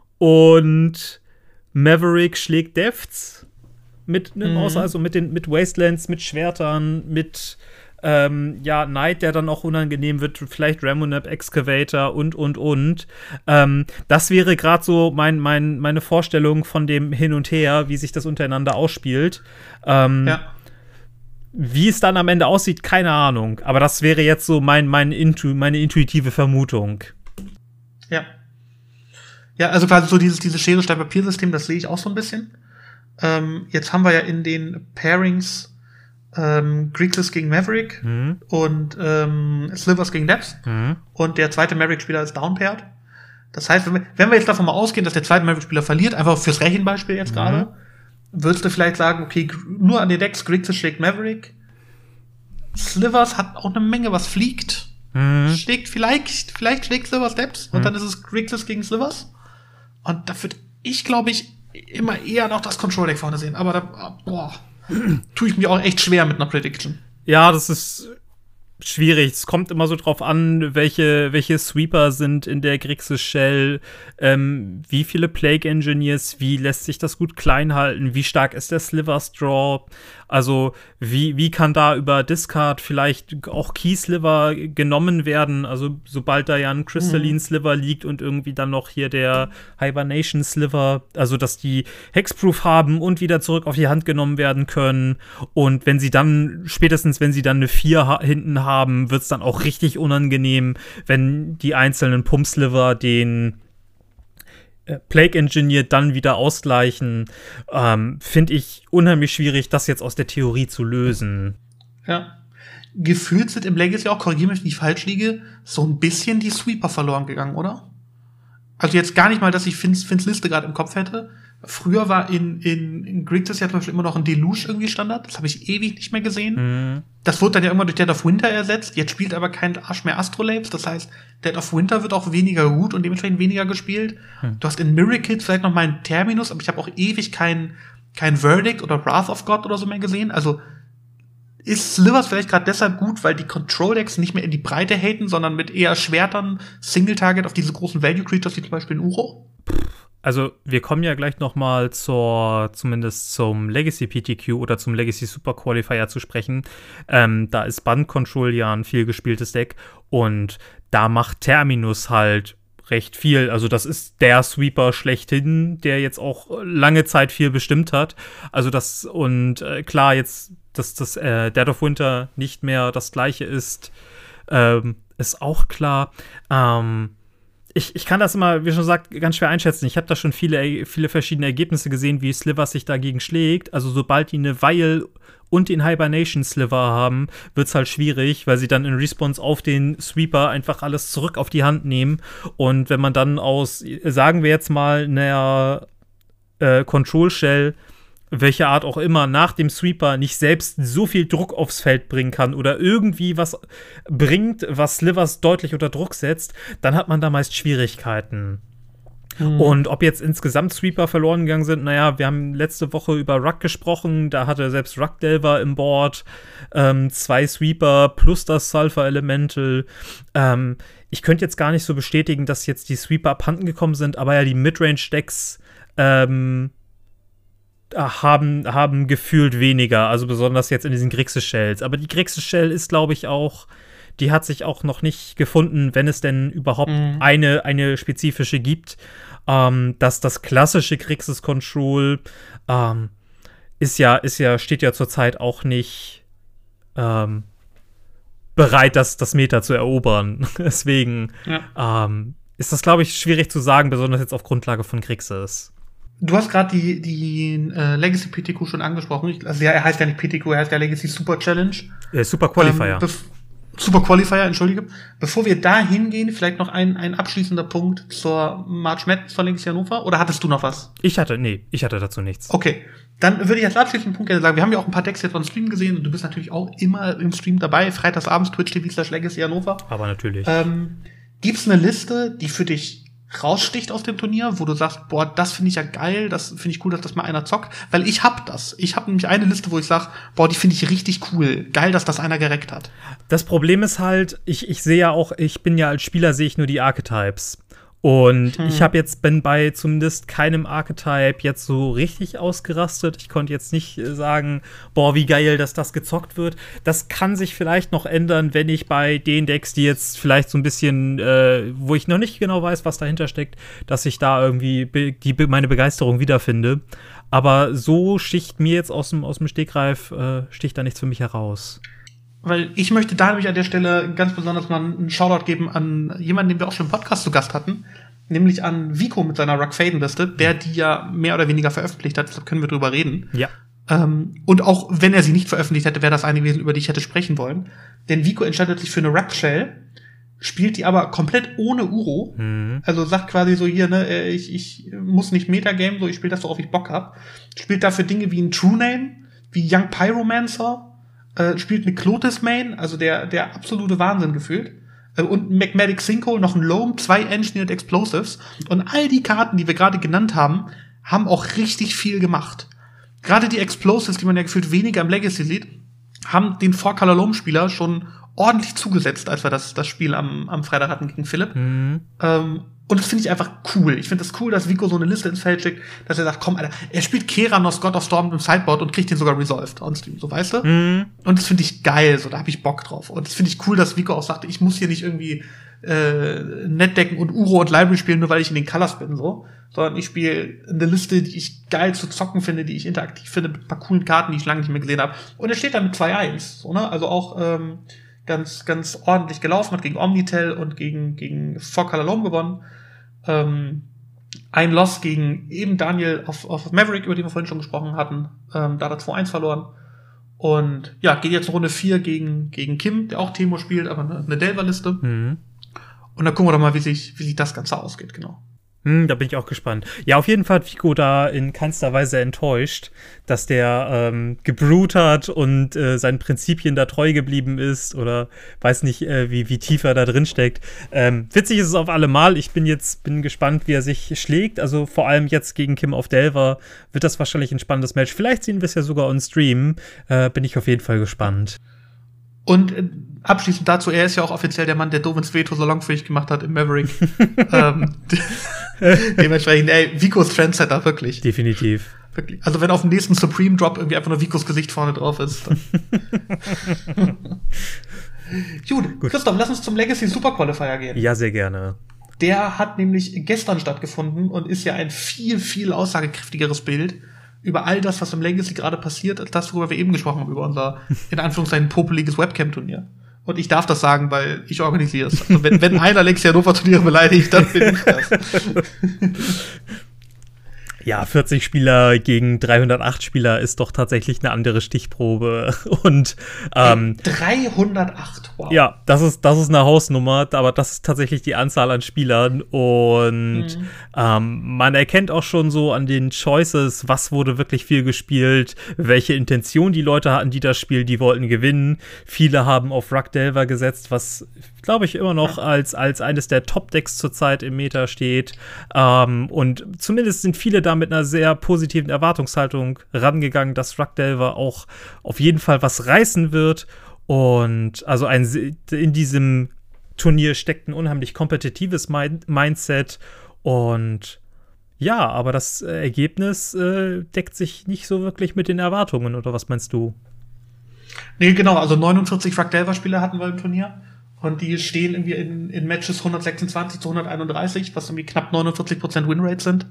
Speaker 2: und Maverick schlägt Defts. Mit einem mhm. Außer, also mit den mit Wastelands, mit Schwertern, mit Ähm, ja, Knight, der dann auch unangenehm wird, vielleicht Ramonap, Excavator und, und, und. Ähm, das wäre gerade so mein, mein, meine Vorstellung von dem Hin und Her, wie sich das untereinander ausspielt. Ähm,
Speaker 1: ja.
Speaker 2: Wie es dann am Ende aussieht, keine Ahnung. Aber das wäre jetzt so mein, mein Intu- meine intuitive Vermutung.
Speaker 1: Ja. Ja, also quasi so dieses, dieses Schere-Stein-Papier-System, das sehe ich auch so ein bisschen. Ähm, jetzt haben wir ja in den Pairings Ähm, Grixis gegen Maverick mhm. und ähm, Slivers gegen Depths.
Speaker 2: Mhm.
Speaker 1: Und der zweite Maverick-Spieler ist downpaired. Das heißt, wenn wir, wenn wir jetzt davon mal ausgehen, dass der zweite Maverick-Spieler verliert, einfach fürs Rechenbeispiel jetzt mhm. gerade, würdest du vielleicht sagen, okay, nur an den Decks, Grixis schlägt Maverick. Slivers hat auch eine Menge, was fliegt.
Speaker 2: Mhm.
Speaker 1: Schlägt vielleicht, vielleicht schlägt Slivers Depths mhm. und dann ist es Grixis gegen Slivers. Und da würde ich, glaube ich, immer eher noch das Control-Deck vorne sehen. Aber da, boah. tue ich mir auch echt schwer mit einer Prediction.
Speaker 2: Ja, das ist schwierig. Es kommt immer so drauf an, welche, welche Sweeper sind in der Grixis Shell, ähm, wie viele Plague Engineers, wie lässt sich das gut klein halten, wie stark ist der Slivers Draw, also wie, wie kann da über Discard vielleicht auch Key Sliver genommen werden, also sobald da ja ein Crystalline mhm. Sliver liegt und irgendwie dann noch hier der Hibernation Sliver, also dass die Hexproof haben und wieder zurück auf die Hand genommen werden können, und wenn sie dann, spätestens wenn sie dann eine vier ha- hinten haben, wird es dann auch richtig unangenehm, wenn die einzelnen Pump-Sliver den Plague Engineer dann wieder ausgleichen. Ähm, finde ich unheimlich schwierig, das jetzt aus der Theorie zu lösen.
Speaker 1: Ja. Gefühlt sind im Legacy auch, korrigiere mich, wenn ich falsch liege, so ein bisschen die Sweeper verloren gegangen, oder? Also jetzt gar nicht mal, dass ich Finns, Finns Liste gerade im Kopf hätte. Früher war in, in, in Grixis ja zum Beispiel immer noch ein Deluge irgendwie Standard. Das habe ich ewig nicht mehr gesehen.
Speaker 2: Mhm.
Speaker 1: Das wurde dann ja irgendwann durch Dead of Winter ersetzt. Jetzt spielt aber kein Arsch mehr Astrolabes. Das heißt, Dead of Winter wird auch weniger gut und dementsprechend weniger gespielt. Mhm. Du hast in Miracles vielleicht noch mal einen Terminus, aber ich habe auch ewig kein, kein Verdict oder Wrath of God oder so mehr gesehen. Also ist Slivers vielleicht gerade deshalb gut, weil die Control-Decks nicht mehr in die Breite haten, sondern mit eher Schwertern Single-Target auf diese großen Value-Creatures, wie zum Beispiel in Uro?
Speaker 2: Also, wir kommen ja gleich noch mal zur, zumindest zum Legacy P T Q oder zum Legacy Super Qualifier zu sprechen. Ähm, da ist Band Control ja ein viel gespieltes Deck und da macht Terminus halt recht viel. Also, das ist der Sweeper schlechthin, der jetzt auch lange Zeit viel bestimmt hat. Also, das, und äh, klar, jetzt, dass das äh, Dead of Winter nicht mehr das gleiche ist, ähm, ist auch klar. Ähm, ich, ich kann das immer, wie schon gesagt, ganz schwer einschätzen. Ich habe da schon viele, viele verschiedene Ergebnisse gesehen, wie Slivers sich dagegen schlägt. Also sobald die eine Weil und den Hibernation Sliver haben, wird's halt schwierig, weil sie dann in Response auf den Sweeper einfach alles zurück auf die Hand nehmen. Und wenn man dann aus, sagen wir jetzt mal, einer äh, Control Shell, welche Art auch immer, nach dem Sweeper nicht selbst so viel Druck aufs Feld bringen kann oder irgendwie was bringt, was Slivers deutlich unter Druck setzt, dann hat man da meist Schwierigkeiten. Mhm. Und ob jetzt insgesamt Sweeper verloren gegangen sind, naja, wir haben letzte Woche über Ruck gesprochen, da hatte selbst Ruck Delver im Board ähm, zwei Sweeper plus das Sulfur Elemental. Ähm, ich könnte jetzt gar nicht so bestätigen, dass jetzt die Sweeper abhanden gekommen sind, aber ja, die Midrange-Decks ähm, haben, haben gefühlt weniger, also besonders jetzt in diesen Grixis-Shells. Aber die Grixis-Shell ist, glaube ich, auch, die hat sich auch noch nicht gefunden, wenn es denn überhaupt mhm. eine, eine spezifische gibt. Ähm, dass das klassische Grixis-Control ähm, ist ja, ist ja, steht ja zurzeit auch nicht ähm, bereit, das, das Meta zu erobern. Deswegen ja. ähm, ist das, glaube ich, schwierig zu sagen, besonders jetzt auf Grundlage von Grixis.
Speaker 1: Du hast gerade die, die äh, Legacy P T Q schon angesprochen. Ich, also ja, er heißt ja nicht P T Q, er heißt ja Legacy Super Challenge.
Speaker 2: Ja, Super Qualifier.
Speaker 1: Ähm, bef- Super Qualifier, entschuldige. Bevor wir da hingehen, vielleicht noch ein, ein abschließender Punkt zur March Madness von Legacy Hannover. Oder hattest du noch was?
Speaker 2: Ich hatte, nee, ich hatte dazu nichts.
Speaker 1: Okay, dann würde ich als abschließenden Punkt gerne sagen, wir haben ja auch ein paar Decks jetzt on Stream gesehen und du bist natürlich auch immer im Stream dabei. Freitagsabends Twitch T V slash Legacy Hannover.
Speaker 2: Aber natürlich.
Speaker 1: Ähm, gibt's eine Liste, die für dich raussticht aus dem Turnier, wo du sagst, boah, das finde ich ja geil, das finde ich cool, dass das mal einer zockt, weil ich hab das. Ich habe nämlich eine Liste, wo ich sag, boah, die finde ich richtig cool. Geil, dass das einer gereckt hat.
Speaker 2: Das Problem ist halt, ich, ich sehe ja auch, ich bin ja als Spieler, sehe ich nur die Archetypes. Und hm. ich habe jetzt, bin bei zumindest keinem Archetype jetzt so richtig ausgerastet. Ich konnte jetzt nicht sagen, boah, wie geil, dass das gezockt wird. Das kann sich vielleicht noch ändern, wenn ich bei den Decks, die jetzt vielleicht so ein bisschen, äh, wo ich noch nicht genau weiß, was dahinter steckt, dass ich da irgendwie be- die, meine Begeisterung wiederfinde. Aber so sticht mir jetzt aus dem, aus dem Stegreif, äh, sticht da nichts für mich heraus.
Speaker 1: Weil ich möchte da nämlich an der Stelle ganz besonders mal einen Shoutout geben an jemanden, den wir auch schon im Podcast zu Gast hatten, nämlich an Vico mit seiner Ruck Faden-Liste, der die ja mehr oder weniger veröffentlicht hat, deshalb können wir drüber reden.
Speaker 2: Ja.
Speaker 1: Ähm, und auch wenn er sie nicht veröffentlicht hätte, wäre das eine gewesen, über die ich hätte sprechen wollen. Denn Vico entscheidet sich für eine Ruck Shell, spielt die aber komplett ohne Uro. Mhm. Also sagt quasi so hier, ne, ich, ich muss nicht Metagame, so ich spiele das, worauf ich Bock hab. Spielt dafür Dinge wie ein True Name, wie Young Pyromancer, Äh, spielt eine Clotis Main, also der, der absolute Wahnsinn gefühlt. Äh, und ein Magmatic Cinco, noch ein Loam, zwei Engineered Explosives. Und all die Karten, die wir gerade genannt haben, haben auch richtig viel gemacht. Gerade die Explosives, die man ja gefühlt weniger im Legacy sieht, haben den Four-Color Loam-Spieler schon ordentlich zugesetzt, als wir das, das Spiel am, am Freitag hatten gegen Philipp. Mhm. Ähm, Und das finde ich einfach cool. Ich finde das cool, dass Vico so eine Liste ins Feld schickt, dass er sagt, komm, Alter, er spielt Keranos God of Storm im Sideboard und kriegt den sogar resolved on Stream, so weißt du? Mhm. Und das finde ich geil, so, da habe ich Bock drauf. Und das finde ich cool, dass Vico auch sagte, ich muss hier nicht irgendwie äh, Netdecken und Uro und Library spielen, nur weil ich in den Colors bin, so. Sondern ich spiele eine Liste, die ich geil zu zocken finde, die ich interaktiv finde, mit ein paar coolen Karten, die ich lange nicht mehr gesehen habe. Und er steht da mit zwei eins, so, ne? Also auch ähm, ganz, ganz ordentlich gelaufen, hat gegen Omnitel und gegen, gegen Four Color Loam gewonnen. Ähm, ein Loss gegen eben Daniel auf, auf Maverick, über den wir vorhin schon gesprochen hatten. Ähm, da hat er zwei eins verloren. Und ja, geht jetzt in Runde vier gegen, gegen Kim, der auch Temo spielt, aber eine, eine Delver-Liste. Mhm. Und dann gucken wir doch mal, wie sich, wie sich das Ganze ausgeht, genau.
Speaker 2: Hm, da bin ich auch gespannt. Ja, auf jeden Fall hat Vico da in keinster Weise enttäuscht, dass der ähm, gebrewt hat und äh, seinen Prinzipien da treu geblieben ist oder weiß nicht, äh, wie, wie tief er da drin steckt. Ähm, witzig ist es auf alle Mal. Ich bin jetzt bin gespannt, wie er sich schlägt. Also vor allem jetzt gegen Kim auf Delver wird das wahrscheinlich ein spannendes Match. Vielleicht sehen wir es ja sogar on Stream. Äh, bin ich auf jeden Fall gespannt.
Speaker 1: Und äh, abschließend dazu, er ist ja auch offiziell der Mann, der Dovins Veto salonfähig gemacht hat im Maverick. ähm, dementsprechend, ey, Vicos Trendsetter, wirklich.
Speaker 2: Definitiv.
Speaker 1: Wirklich. Also wenn auf dem nächsten Supreme Drop irgendwie einfach nur Vicos Gesicht vorne drauf ist. Dann Gut, Gut, Christoph, lass uns zum Legacy Super Qualifier gehen.
Speaker 2: Ja, sehr gerne.
Speaker 1: Der hat nämlich gestern stattgefunden und ist ja ein viel, viel aussagekräftigeres Bild über all das, was im Legacy gerade passiert, als das, worüber wir eben gesprochen haben, über unser, in Anführungszeichen, popeliges Webcam-Turnier. Und ich darf das sagen, weil ich organisiere es. Also wenn, wenn einer Legacy Hannover Turniere beleidigt, dann bin ich das.
Speaker 2: Ja, vierzig Spieler gegen dreihundertacht Spieler ist doch tatsächlich eine andere Stichprobe. Und ähm,
Speaker 1: dreihundertacht, wow.
Speaker 2: Ja, das ist, das ist eine Hausnummer, aber das ist tatsächlich die Anzahl an Spielern. Und mhm. ähm, man erkennt auch schon so an den Choices, was wurde wirklich viel gespielt, welche Intention die Leute hatten, die das Spiel, die wollten gewinnen. Viele haben auf Rugdelver gesetzt, was, glaube ich, immer noch als, als eines der Top-Decks zurzeit im Meta steht. Ähm, und zumindest sind viele da mit einer sehr positiven Erwartungshaltung rangegangen, dass Rugdelver auch auf jeden Fall was reißen wird. Und also ein, in diesem Turnier steckt ein unheimlich kompetitives Mind- Mindset. Und ja, aber das Ergebnis äh, deckt sich nicht so wirklich mit den Erwartungen, oder was meinst du?
Speaker 1: Nee, genau, also neunundvierzig Rugdelver-Spieler hatten wir im Turnier. Und die stehen irgendwie in, in Matches hundertsechsundzwanzig zu hunderteinunddreißig, was irgendwie knapp neunundvierzig Prozent Winrate sind.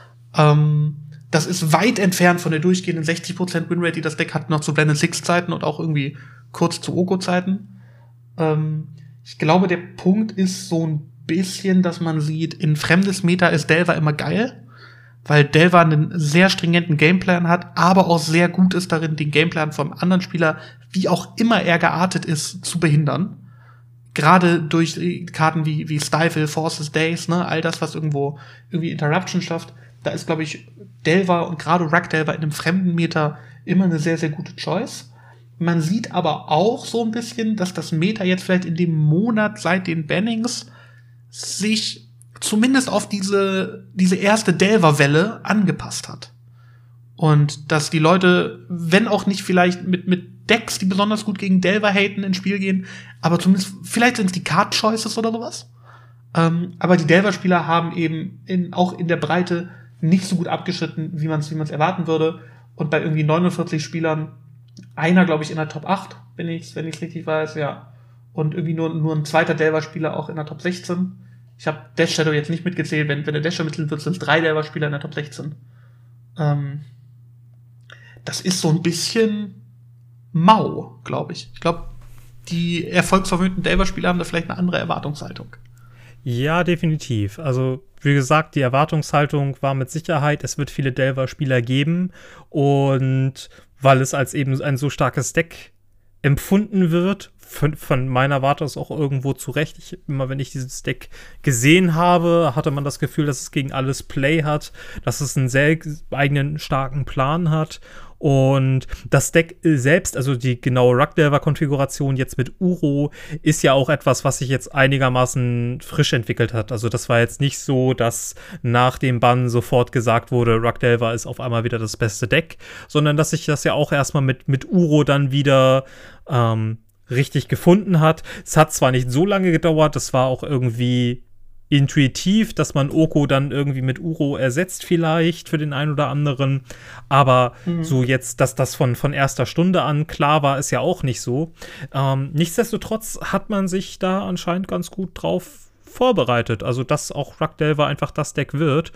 Speaker 1: Ähm, das ist weit entfernt von der durchgehenden sechzig Prozent Winrate, die das Deck hat, noch zu Blended Six-Zeiten und auch irgendwie kurz zu Oko-Zeiten. Ähm, ich glaube, der Punkt ist so ein bisschen, dass man sieht, in fremdes Meta ist Delver immer geil, weil Delver einen sehr stringenten Gameplan hat, aber auch sehr gut ist darin, den Gameplan vom anderen Spieler, wie auch immer er geartet ist, zu behindern. Gerade durch Karten wie, wie Stifle, Forces Days, ne, all das, was irgendwo irgendwie Interruption schafft. Da ist, glaube ich, Delver und gerade Rugdelver in einem fremden Meta immer eine sehr, sehr gute Choice. Man sieht aber auch so ein bisschen, dass das Meta jetzt vielleicht in dem Monat seit den Bannings sich zumindest auf diese, diese erste Delver-Welle angepasst hat. Und dass die Leute, wenn auch nicht vielleicht mit, mit Decks, die besonders gut gegen Delver haten, ins Spiel gehen, aber zumindest, vielleicht sind es die Card-Choices oder sowas. Ähm, aber die Delver-Spieler haben eben in, auch in der Breite nicht so gut abgeschnitten, wie man es wie man es erwarten würde. Und bei irgendwie neunundvierzig Spielern, einer, glaube ich, in der Top acht, wenn ich es wenn ich's richtig weiß, ja. Und irgendwie nur, nur ein zweiter Delver-Spieler auch in der Top sechzehn. Ich habe Death Shadow jetzt nicht mitgezählt. Wenn, wenn der Death Shadow mitzählt wird, sind es drei Delver-Spieler in der Top sechzehn. Ähm, das ist so ein bisschen mau, glaube ich. Ich glaube, die erfolgsverwöhnten Delver-Spieler haben da vielleicht eine andere Erwartungshaltung.
Speaker 2: Ja, definitiv. Also, wie gesagt, die Erwartungshaltung war mit Sicherheit, es wird viele Delver-Spieler geben. Und weil es als eben ein so starkes Deck empfunden wird, von, von meiner Warte aus auch irgendwo zurecht. Ich, immer wenn ich dieses Deck gesehen habe, hatte man das Gefühl, dass es gegen alles Play hat, dass es einen sehr eigenen, starken Plan hat. Und das Deck selbst, also die genaue Rugdelver-Konfiguration jetzt mit Uro, ist ja auch etwas, was sich jetzt einigermaßen frisch entwickelt hat. Also das war jetzt nicht so, dass nach dem Bann sofort gesagt wurde, Rugdelver ist auf einmal wieder das beste Deck, sondern dass sich das ja auch erstmal mit, mit Uro dann wieder ähm, richtig gefunden hat. Es hat zwar nicht so lange gedauert, das war auch irgendwie intuitiv, dass man Oko dann irgendwie mit Uro ersetzt vielleicht für den einen oder anderen, aber mhm. so jetzt, dass das von, von erster Stunde an klar war, ist ja auch nicht so. Ähm, nichtsdestotrotz hat man sich da anscheinend ganz gut drauf vorbereitet, also dass auch Rugdelver einfach das Deck wird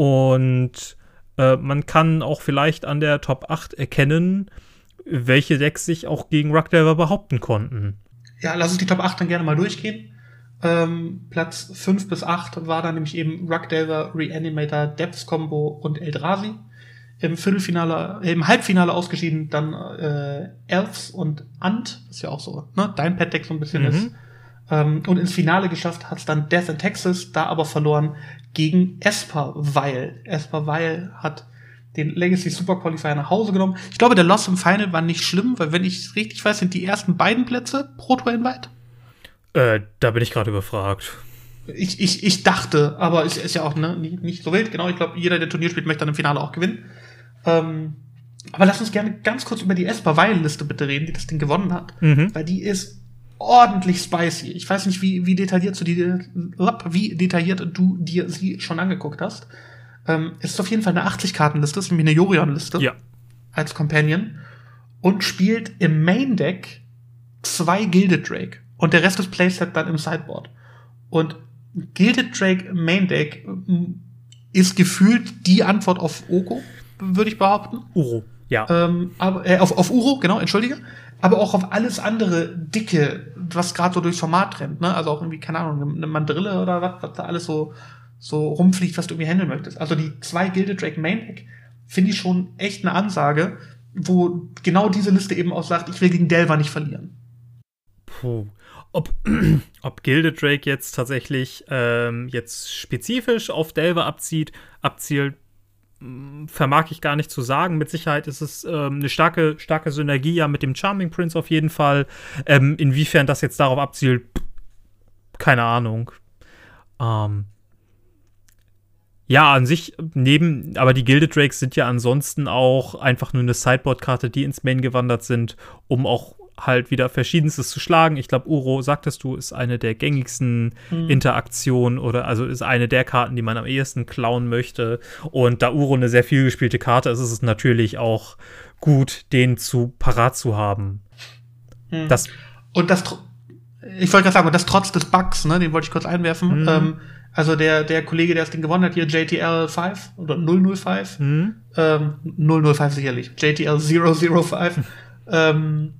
Speaker 2: und äh, man kann auch vielleicht an der Top acht erkennen, welche Decks sich auch gegen Rugdelver behaupten konnten.
Speaker 1: Ja, lass uns die Top acht dann gerne mal durchgehen. Ähm, Platz fünf bis acht war dann nämlich eben Rugdelver, Reanimator, Depths Combo und Eldrazi. Im Viertelfinale, äh, im Halbfinale ausgeschieden dann äh, Elves und Ant, ist ja auch so, ne, dein Pet-Deck so ein bisschen mhm. ist. Ähm, und ins Finale geschafft hat's dann Death in Texas, da aber verloren gegen Espervile. Espervile hat den Legacy Super Qualifier nach Hause genommen. Ich glaube, der Loss im Final war nicht schlimm, weil wenn ich es richtig weiß, sind die ersten beiden Plätze pro Tour-Invite.
Speaker 2: Äh, da bin ich gerade überfragt.
Speaker 1: Ich, ich, ich dachte, aber es ist ja auch ne, nicht, nicht so wild. Genau, ich glaube, jeder, der Turnier spielt, möchte dann im Finale auch gewinnen. Ähm, aber lass uns gerne ganz kurz über die Espervile-Liste bitte reden, die das Ding gewonnen hat. Mhm. Weil die ist ordentlich spicy. Ich weiß nicht, wie, wie detailliert du die, wie detailliert du dir sie schon angeguckt hast. Ähm, es ist auf jeden Fall eine achtzig-Karten-Liste, ist nämlich eine Yorion-Liste.
Speaker 2: Ja.
Speaker 1: Als Companion. Und spielt im Main-Deck zwei Gilded Drake. Und der Rest des Playset dann im Sideboard. Und Gilded Drake Main Deck ist gefühlt die Antwort auf Oko, würde ich behaupten.
Speaker 2: Uro, ja.
Speaker 1: Ähm, aber, äh, auf, auf Uro, genau, entschuldige. Aber auch auf alles andere dicke was gerade so durchs Format rennt, ne? Also auch irgendwie, keine Ahnung, eine Mandrille oder was, was da alles so, so rumfliegt, was du irgendwie handeln möchtest. Also die zwei Gilded Drake Main Deck finde ich schon echt eine Ansage, wo genau diese Liste eben auch sagt, ich will gegen Delver nicht verlieren.
Speaker 2: Puh. Ob, ob Gilded Drake jetzt tatsächlich ähm, jetzt spezifisch auf Delver abzieht, abzielt, vermag ich gar nicht zu sagen. Mit Sicherheit ist es ähm, eine starke, starke Synergie ja mit dem Charming Prince auf jeden Fall. Ähm, inwiefern das jetzt darauf abzielt, keine Ahnung. Ähm, ja, an sich neben, aber die Gilded Drakes sind ja ansonsten auch einfach nur eine Sideboard-Karte, die ins Main gewandert sind, um auch halt wieder Verschiedenstes zu schlagen. Ich glaube, Uro, sagtest du, ist eine der gängigsten mhm. Interaktionen oder also ist eine der Karten, die man am ehesten klauen möchte. Und da Uro eine sehr viel gespielte Karte ist, ist es natürlich auch gut, den zu parat zu haben.
Speaker 1: Mhm. Das und das, ich wollte gerade sagen, und das trotz des Bugs, ne, den wollte ich kurz einwerfen. Mhm. Ähm, also der, der Kollege, der das Ding gewonnen hat, hier J T L fünf oder null null fünf, mhm. ähm, null null fünf sicherlich, J T L null null fünf, ähm,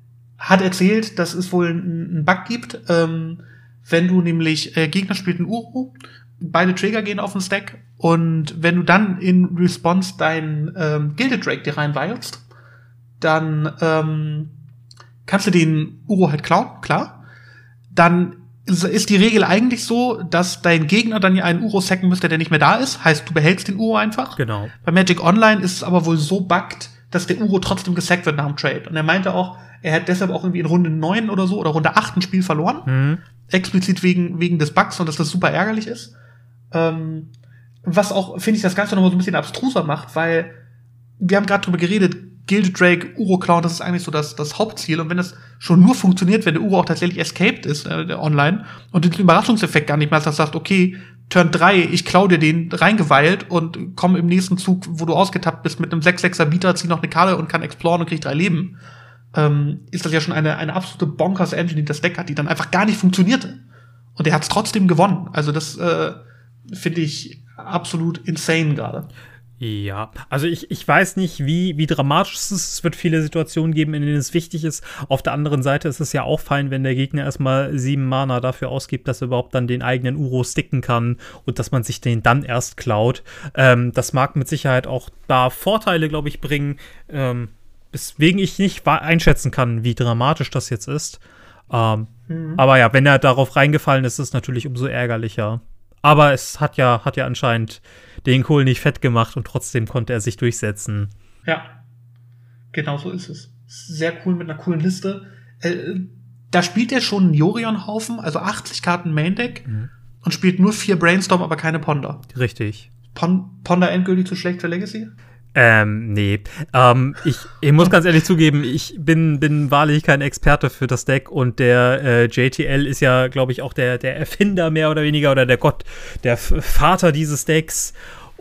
Speaker 1: hat erzählt, dass es wohl einen Bug gibt, ähm, wenn du nämlich, äh, Gegner spielt einen Uro, beide Trigger gehen auf den Stack und wenn du dann in Response deinen ähm, Gilded Drake dir reinweilst, dann ähm, kannst du den Uro halt klauen, klar. Dann ist die Regel eigentlich so, dass dein Gegner dann ja einen Uro sacken müsste, der nicht mehr da ist. Heißt, du behältst den Uro einfach.
Speaker 2: Genau.
Speaker 1: Bei Magic Online ist es aber wohl so buggt, dass der Uro trotzdem gesackt wird nach dem Trade. Und er meinte auch, er hat deshalb auch irgendwie in Runde neun oder so oder Runde acht ein Spiel verloren. Mhm. Explizit wegen, wegen des Bugs und dass das super ärgerlich ist. Ähm, was auch, finde ich, das Ganze noch mal so ein bisschen abstruser macht, weil wir haben gerade drüber geredet, Gilded Drake, Uro klauen, das ist eigentlich so das, das Hauptziel. Und wenn das schon nur funktioniert, wenn der Uro auch tatsächlich escaped ist, äh, der online, und den Überraschungseffekt gar nicht mehr hast, dass du sagst, okay, Turn drei, ich klau dir den reingeweilt und komm im nächsten Zug, wo du ausgetappt bist, mit einem sechs sechser Bieter, zieh noch eine Karte und kann exploren und krieg drei Leben. Ähm, ist das ja schon eine, eine absolute Bonkers-Engine, die das Deck hat, die dann einfach gar nicht funktionierte. Und er hat es trotzdem gewonnen. Also das äh, finde ich absolut insane gerade.
Speaker 2: Ja, also ich, ich weiß nicht, wie, wie dramatisch es ist. Es wird viele Situationen geben, in denen es wichtig ist. Auf der anderen Seite ist es ja auch fein, wenn der Gegner erstmal sieben Mana dafür ausgibt, dass er überhaupt dann den eigenen Uro sticken kann und dass man sich den dann erst klaut. Ähm, das mag mit Sicherheit auch da Vorteile, glaube ich, bringen, ähm, weswegen ich nicht einschätzen kann, wie dramatisch das jetzt ist. Ähm, mhm. Aber ja, wenn er darauf reingefallen ist, ist es natürlich umso ärgerlicher. Aber es hat ja, hat ja anscheinend den Kohl nicht fett gemacht und trotzdem konnte er sich durchsetzen.
Speaker 1: Ja, genau so ist es. Sehr cool mit einer coolen Liste. Äh, da spielt er schon einen Yorion-Haufen, also achtzig Karten Main-Deck mhm. und spielt nur vier Brainstorm, aber keine Ponder.
Speaker 2: Richtig.
Speaker 1: Pon- Ponder endgültig zu schlecht für Legacy?
Speaker 2: Ähm, nee. Ähm, ich, ich muss ganz ehrlich zugeben, ich bin, bin wahrlich kein Experte für das Deck und der äh, J T L ist ja, glaube ich, auch der, der Erfinder mehr oder weniger oder der Gott, der F- Vater dieses Decks.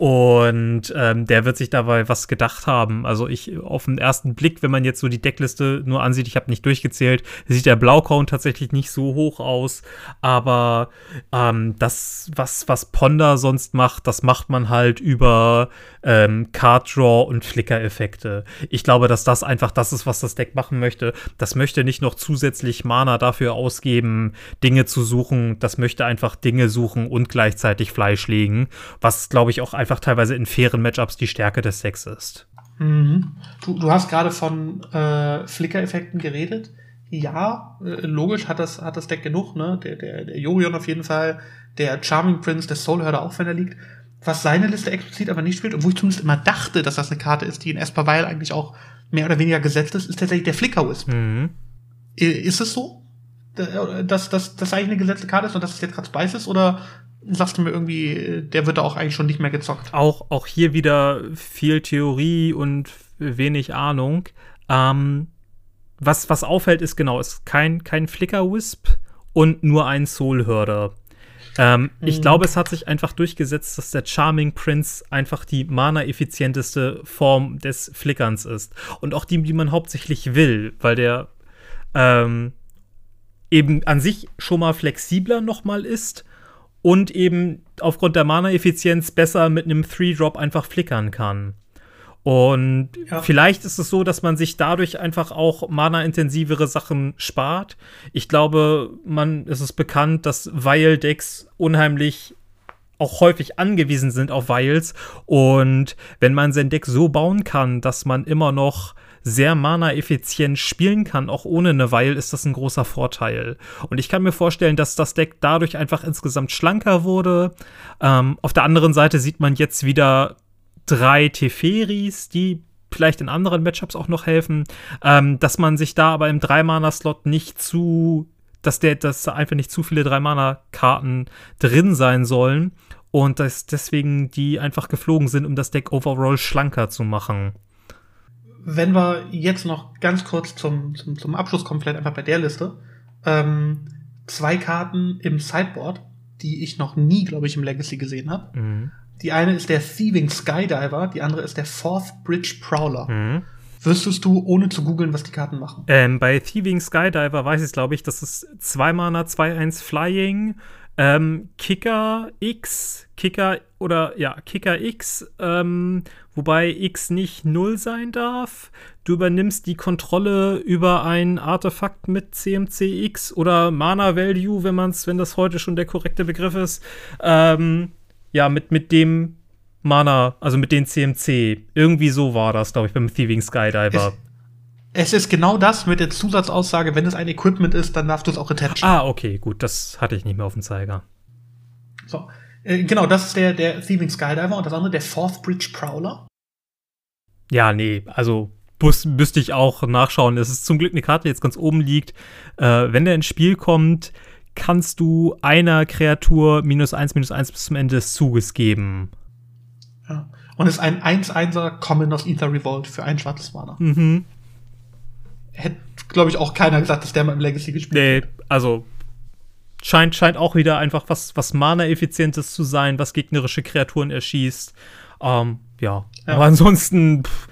Speaker 2: Und ähm, der wird sich dabei was gedacht haben. Also ich, auf den ersten Blick, wenn man jetzt so die Deckliste nur ansieht, ich habe nicht durchgezählt, sieht der Blaukount tatsächlich nicht so hoch aus. Aber ähm, das, was, was Ponder sonst macht, das macht man halt über ähm, Card Draw und Flicker-Effekte. Ich glaube, dass das einfach das ist, was das Deck machen möchte. Das möchte nicht noch zusätzlich Mana dafür ausgeben, Dinge zu suchen. Das möchte einfach Dinge suchen und gleichzeitig Fleisch legen. Was, glaube ich, auch einfach teilweise in fairen Matchups die Stärke des Decks ist.
Speaker 1: Mhm. Du, du hast gerade von äh, Flicker-Effekten geredet. Ja, äh, logisch hat das, hat das Deck genug, ne? Der, der, der Yorion auf jeden Fall, der Charming Prince, der Soulherder auch, wenn er liegt. Was seine Liste explizit aber nicht spielt, obwohl ich zumindest immer dachte, dass das eine Karte ist, die in Esperweil eigentlich auch mehr oder weniger gesetzt ist, ist tatsächlich der Flicker-Wisp. Mhm. Ist es so, dass das eigentlich eine gesetzte Karte ist und dass es jetzt gerade Spice ist, oder sagst du mir irgendwie, der wird da auch eigentlich schon nicht mehr gezockt?
Speaker 2: Auch, auch hier wieder viel Theorie und wenig Ahnung. Ähm, was, was auffällt, ist genau, ist kein, kein Flicker-Wisp und nur ein Soulherder. Ähm, mhm. Ich glaube, es hat sich einfach durchgesetzt, dass der Charming Prince einfach die mana-effizienteste Form des Flickerns ist. Und auch die, die man hauptsächlich will, weil der ähm, eben an sich schon mal flexibler nochmal ist und eben aufgrund der Mana-Effizienz besser mit einem Three-Drop einfach flickern kann. Und
Speaker 1: Ja.
Speaker 2: vielleicht ist es so, dass man sich dadurch einfach auch mana-intensivere Sachen spart. Ich glaube, man, es ist bekannt, dass Vial-Decks unheimlich auch häufig angewiesen sind auf Vials. Und wenn man sein Deck so bauen kann, dass man immer noch sehr mana-effizient spielen kann, auch ohne eine Vial, ist das ein großer Vorteil. Und ich kann mir vorstellen, dass das Deck dadurch einfach insgesamt schlanker wurde. Ähm, auf der anderen Seite sieht man jetzt wieder drei Teferis, die vielleicht in anderen Matchups auch noch helfen, ähm, dass man sich da aber im drei-Mana-Slot nicht zu, dass der, dass da einfach nicht zu viele drei-Mana-Karten drin sein sollen und dass deswegen die einfach geflogen sind, um das Deck overall schlanker zu machen.
Speaker 1: Wenn wir jetzt noch ganz kurz zum, zum, zum Abschluss kommen, vielleicht einfach bei der Liste. Ähm, zwei Karten im Sideboard, die ich noch nie, glaube ich, im Legacy gesehen habe.
Speaker 2: Mhm.
Speaker 1: Die eine ist der Thieving Skydiver, die andere ist der Fourth Bridge Prowler.
Speaker 2: Mhm.
Speaker 1: Wüsstest du, ohne zu googeln, was die Karten machen?
Speaker 2: Ähm, bei Thieving Skydiver weiß ich, glaube ich, das ist zwei Mana, zwei eins Flying, ähm, Kicker X, Kicker oder ja, Kicker X, ähm, wobei X nicht null sein darf. Du übernimmst die Kontrolle über ein Artefakt mit C M C X oder Mana Value, wenn man's, wenn das heute schon der korrekte Begriff ist. Ähm, ja, mit, mit dem Mana, also mit den C M C. Irgendwie so war das, glaube ich, beim Thieving Skydiver.
Speaker 1: Es, es ist genau das mit der Zusatzaussage, wenn es ein Equipment ist, dann darfst du es auch attachen.
Speaker 2: Ah, okay, gut, das hatte ich nicht mehr auf dem Zeiger.
Speaker 1: So, äh, genau, das ist der, der Thieving Skydiver und das andere der Fourth Bridge Prowler.
Speaker 2: Ja, nee, also muss, müsste ich auch nachschauen. Es ist zum Glück eine Karte, die jetzt ganz oben liegt. Äh, wenn der ins Spiel kommt, kannst du einer Kreatur minus eins, minus eins bis zum Ende des Zuges geben.
Speaker 1: Ja. Und ist ein eins einser Common aus Ether Revolt für ein schwarzes Mana.
Speaker 2: Mhm.
Speaker 1: Hätte, glaube ich, auch keiner gesagt, dass der mal im Legacy gespielt
Speaker 2: Nee,
Speaker 1: wird.
Speaker 2: also scheint, scheint auch wieder einfach was, was Mana-Effizientes zu sein, was gegnerische Kreaturen erschießt. Ähm, ja.
Speaker 1: Ja.
Speaker 2: Aber ansonsten pff.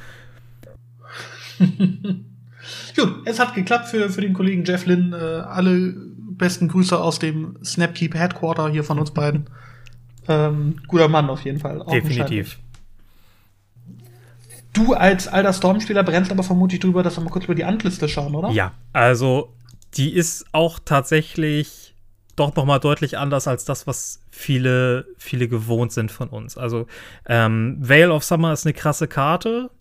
Speaker 1: Gut, es hat geklappt für, für den Kollegen Jeff Lynn. Äh, alle besten Grüße aus dem Snapkeep Headquarter hier von uns beiden. Ähm, guter Mann auf jeden Fall.
Speaker 2: Definitiv.
Speaker 1: Du als alter Stormspieler brennst aber vermutlich drüber, dass wir mal kurz über die Antliste schauen, oder?
Speaker 2: Ja, also die ist auch tatsächlich doch noch mal deutlich anders als das, was viele, viele gewohnt sind von uns. Also ähm, Veil of Summer ist eine krasse Karte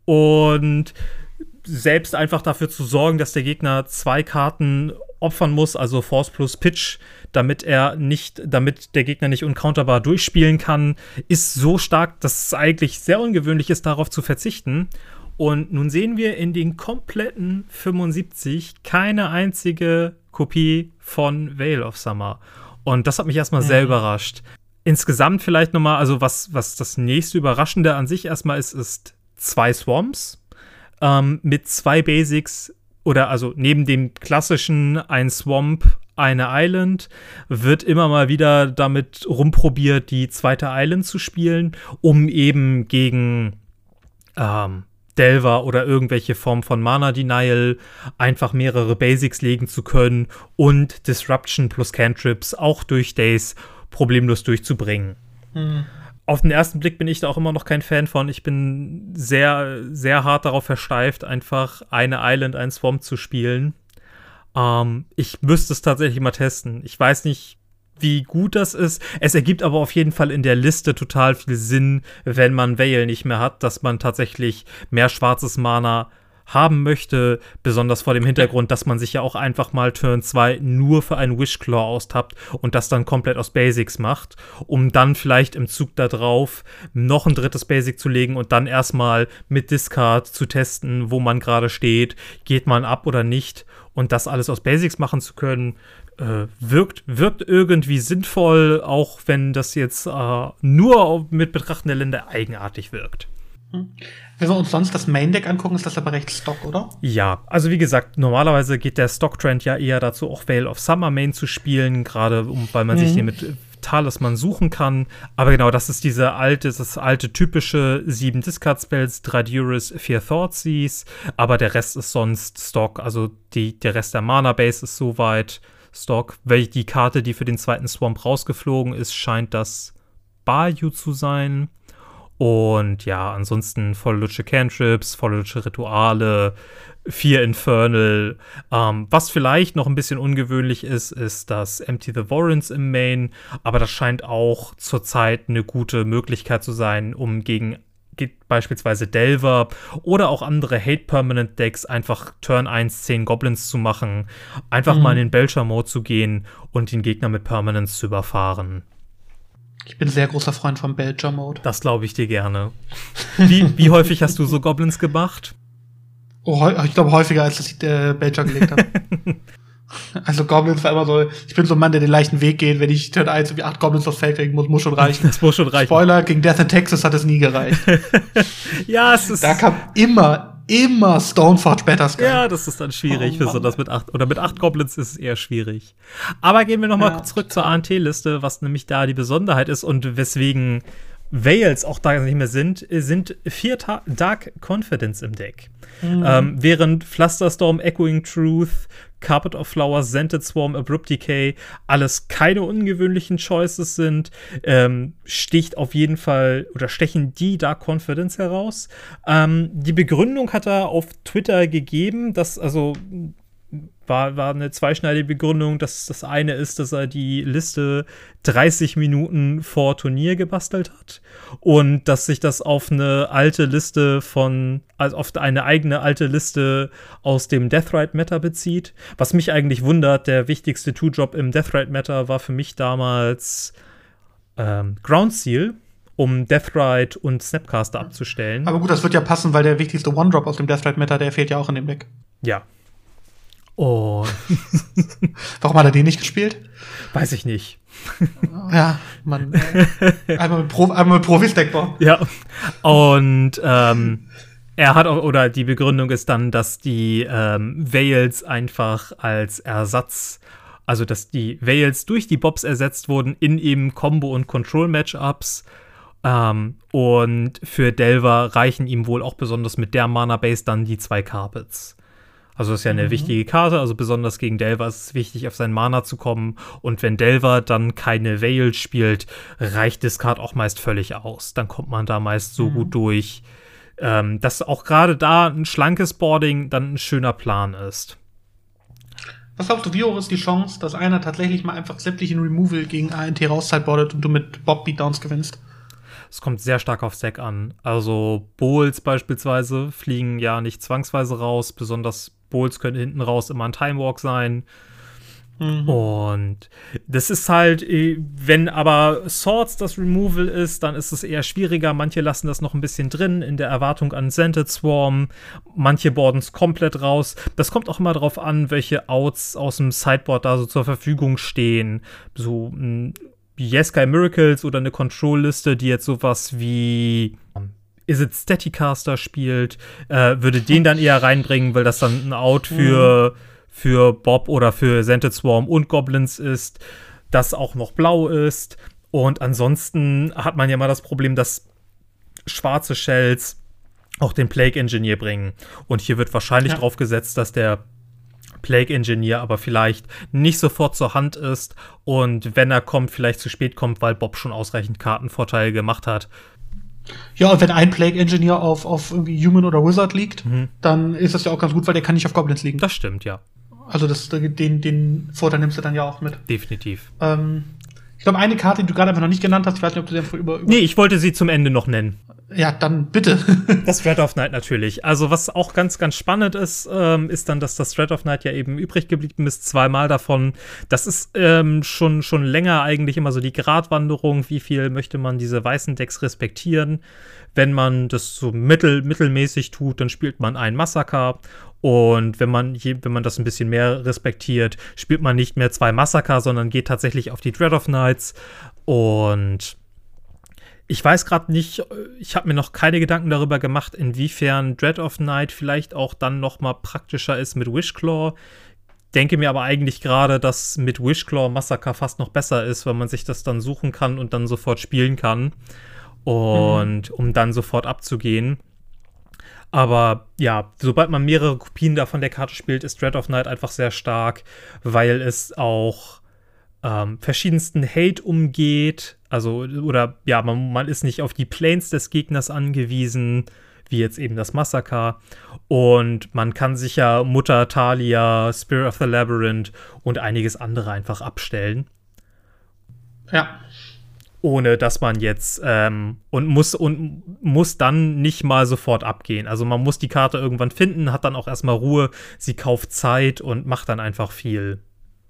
Speaker 2: und selbst einfach dafür zu sorgen, dass der Gegner zwei Karten opfern muss, also Force plus Pitch, damit er nicht, damit der Gegner nicht uncounterbar durchspielen kann, ist so stark, dass es eigentlich sehr ungewöhnlich ist, darauf zu verzichten. Und nun sehen wir in den kompletten fünfundsiebzig keine einzige Kopie von Veil of Summer. Und das hat mich erstmal mhm. sehr überrascht. Insgesamt vielleicht noch mal, also was, was das nächste Überraschende an sich erstmal ist, ist zwei Swamps ähm, mit zwei Basics oder also neben dem klassischen ein Swamp, eine Island, wird immer mal wieder damit rumprobiert, die zweite Island zu spielen, um eben gegen ähm, Delver oder irgendwelche Form von Mana Denial einfach mehrere Basics legen zu können und Disruption plus Cantrips auch durch Days problemlos durchzubringen.
Speaker 1: Mhm.
Speaker 2: Auf den ersten Blick bin ich da auch immer noch kein Fan von. Ich bin sehr, sehr hart darauf versteift, einfach eine Island, ein Swamp zu spielen. Ähm, ich müsste es tatsächlich mal testen. Ich weiß nicht, wie gut das ist. Es ergibt aber auf jeden Fall in der Liste total viel Sinn, wenn man Veil nicht mehr hat, dass man tatsächlich mehr schwarzes Mana haben möchte, besonders vor dem Hintergrund, dass man sich ja auch einfach mal Turn zwei nur für einen Wishclaw austappt und das dann komplett aus Basics macht, um dann vielleicht im Zug da drauf noch ein drittes Basic zu legen und dann erstmal mit Discard zu testen, wo man gerade steht, geht man ab oder nicht und das alles aus Basics machen zu können, äh, wirkt, wirkt irgendwie sinnvoll, auch wenn das jetzt äh, nur mit Betrachten der Länder eigenartig wirkt.
Speaker 1: Hm. Wenn wir uns sonst das Main-Deck angucken, ist das aber recht Stock, oder?
Speaker 2: Ja, also wie gesagt, normalerweise geht der Stock-Trend ja eher dazu, auch Veil of Summer Main zu spielen, gerade um, weil man mhm. sich hier mit Talisman suchen kann. Aber genau, das ist diese alte, das alte typische sieben Discard-Spells, drei Duras, vier Thoughtseize, aber der Rest ist sonst Stock, also die, der Rest der Mana-Base ist soweit Stock. Welche die Karte, die für den zweiten Swamp rausgeflogen ist, scheint das Bayou zu sein. Und ja, ansonsten volle Lutsche Cantrips, volle Lutsche Rituale, vier Infernal. Ähm, was vielleicht noch ein bisschen ungewöhnlich ist, ist das Empty the Warrens im Main. Aber das scheint auch zurzeit eine gute Möglichkeit zu sein, um gegen beispielsweise Delver oder auch andere Hate-Permanent-Decks einfach Turn eins zehn Goblins zu machen, einfach mhm. mal in den Belcher-Mode zu gehen und den Gegner mit Permanents zu überfahren.
Speaker 1: Ich bin sehr großer Freund vom Belcher-Mode.
Speaker 2: Das glaube ich dir gerne. Wie, wie häufig hast du so Goblins gemacht?
Speaker 1: Oh, ich glaube häufiger, als dass ich äh, Belcher gelegt habe. Also Goblins war immer so, ich bin so ein Mann, der den leichten Weg geht, wenn ich Turn eins irgendwie acht Goblins aufs Feld kriegen muss, muss schon reichen.
Speaker 2: Das muss schon reichen.
Speaker 1: Spoiler, gegen Death in Texas hat es nie gereicht.
Speaker 2: Ja, es ist.
Speaker 1: Da kam immer, immer Stoneforge Battersky.
Speaker 2: Ja, das ist dann schwierig, oh, besonders mit acht, oder mit acht Goblins ist es eher schwierig. Aber gehen wir noch mal ja. zurück zur A N T-Liste, was nämlich da die Besonderheit ist und weswegen Veils auch da nicht mehr sind, sind vier Ta- Dark Confidence im Deck. Mhm. Ähm, während Flusterstorm, Echoing Truth, Carpet of Flowers, Scented Swarm, Abrupt Decay alles keine ungewöhnlichen Choices sind, ähm, sticht auf jeden Fall oder stechen die Dark Confidence heraus. Ähm, die Begründung hat er auf Twitter gegeben, dass also War, war eine zweischneidige Begründung, dass das eine ist, dass er die Liste dreißig Minuten vor Turnier gebastelt hat und dass sich das auf eine alte Liste von, also auf eine eigene alte Liste aus dem Deathrite-Meta bezieht. Was mich eigentlich wundert, der wichtigste Two-Drop im Deathrite-Meta war für mich damals ähm, Groundseal, um Deathrite und Snapcaster abzustellen.
Speaker 1: Aber gut, das wird ja passen, weil der wichtigste One-Drop aus dem Deathrite-Meta, der fehlt ja auch in dem Deck.
Speaker 2: Ja. Oh.
Speaker 1: Warum hat er den nicht gespielt?
Speaker 2: Weiß ich nicht.
Speaker 1: Ja, man. Äh, einmal mit, Pro, einmal mit Profis Deck bauen.
Speaker 2: Ja. Und ähm, er hat auch, oder die Begründung ist dann, dass die ähm, Veils einfach als Ersatz, also dass die Veils durch die Bobs ersetzt wurden in eben Combo- und Control-Matchups. Ähm, und für Delver reichen ihm wohl auch besonders mit der Mana-Base dann die zwei Carpets. Also das ist ja eine mhm. wichtige Karte, also besonders gegen Delver ist es wichtig, auf seinen Mana zu kommen. Und wenn Delver dann keine Veil spielt, reicht Discard auch meist völlig aus. Dann kommt man da meist so mhm. gut durch, ähm, dass auch gerade da ein schlankes Boarding dann ein schöner Plan ist.
Speaker 1: Was glaubst du, wie hoch ist die Chance, dass einer tatsächlich mal einfach sämtlichen Removal gegen A N T rauszeitboardet und du mit Bob-Beatdowns gewinnst?
Speaker 2: Es kommt sehr stark aufs Deck an. Also Bowls beispielsweise fliegen ja nicht zwangsweise raus, besonders Bowls können hinten raus immer ein Timewalk sein. Mhm. Und das ist halt, wenn aber Swords das Removal ist, dann ist es eher schwieriger. Manche lassen das noch ein bisschen drin, in der Erwartung an Scented Swarm. Manche boarden es komplett raus. Das kommt auch immer darauf an, welche Outs aus dem Sideboard da so zur Verfügung stehen. So ein Jeskai Miracles oder eine Control-Liste, die jetzt sowas wie Is It Staticaster spielt, äh, würde den dann eher reinbringen, weil das dann ein Out für, mhm. für Bob oder für Scented Swarm und Goblins ist, das auch noch blau ist. Und ansonsten hat man ja mal das Problem, dass schwarze Shells auch den Plague Engineer bringen. Und hier wird wahrscheinlich ja. drauf gesetzt, dass der Plague Engineer aber vielleicht nicht sofort zur Hand ist und wenn er kommt, vielleicht zu spät kommt, weil Bob schon ausreichend Kartenvorteile gemacht hat.
Speaker 1: Ja, und wenn ein Plague Engineer auf, auf irgendwie Human oder Wizard liegt, mhm. dann ist das ja auch ganz gut, weil der kann nicht auf Goblins liegen.
Speaker 2: Das stimmt, ja.
Speaker 1: Also das, den, den Vorteil nimmst du dann ja auch mit.
Speaker 2: Definitiv.
Speaker 1: Ähm, ich glaube, eine Karte, die du gerade einfach noch nicht genannt hast, ich weiß nicht, ob du sie über, über...
Speaker 2: Nee, ich wollte sie zum Ende noch nennen.
Speaker 1: Ja, dann bitte.
Speaker 2: Das Thread of Night natürlich. Also was auch ganz, ganz spannend ist, ähm, ist dann, dass das Thread of Night ja eben übrig geblieben ist, zweimal davon. Das ist ähm, schon, schon länger eigentlich immer so die Gratwanderung, wie viel möchte man diese weißen Decks respektieren. Wenn man das so mittel, mittelmäßig tut, dann spielt man ein Massaker. Und wenn man, je, wenn man das ein bisschen mehr respektiert, spielt man nicht mehr zwei Massaker, sondern geht tatsächlich auf die Thread of Nights. Und ich weiß gerade nicht, ich habe mir noch keine Gedanken darüber gemacht, inwiefern Dread of Night vielleicht auch dann noch mal praktischer ist mit Wishclaw. Denke mir aber eigentlich gerade, dass mit Wishclaw Massacre fast noch besser ist, weil man sich das dann suchen kann und dann sofort spielen kann. Und mhm. um dann sofort abzugehen. Aber ja, sobald man mehrere Kopien davon der Karte spielt, ist Dread of Night einfach sehr stark, weil es auch ähm, verschiedensten Hate umgeht. Also, oder ja, man, man ist nicht auf die Planes des Gegners angewiesen, wie jetzt eben das Massaker. Und man kann sich ja Mutter Thalia, Spirit of the Labyrinth und einiges andere einfach abstellen.
Speaker 1: Ja.
Speaker 2: Ohne dass man jetzt ähm, und muss und muss dann nicht mal sofort abgehen. Also man muss die Karte irgendwann finden, hat dann auch erstmal Ruhe, sie kauft Zeit und macht dann einfach viel.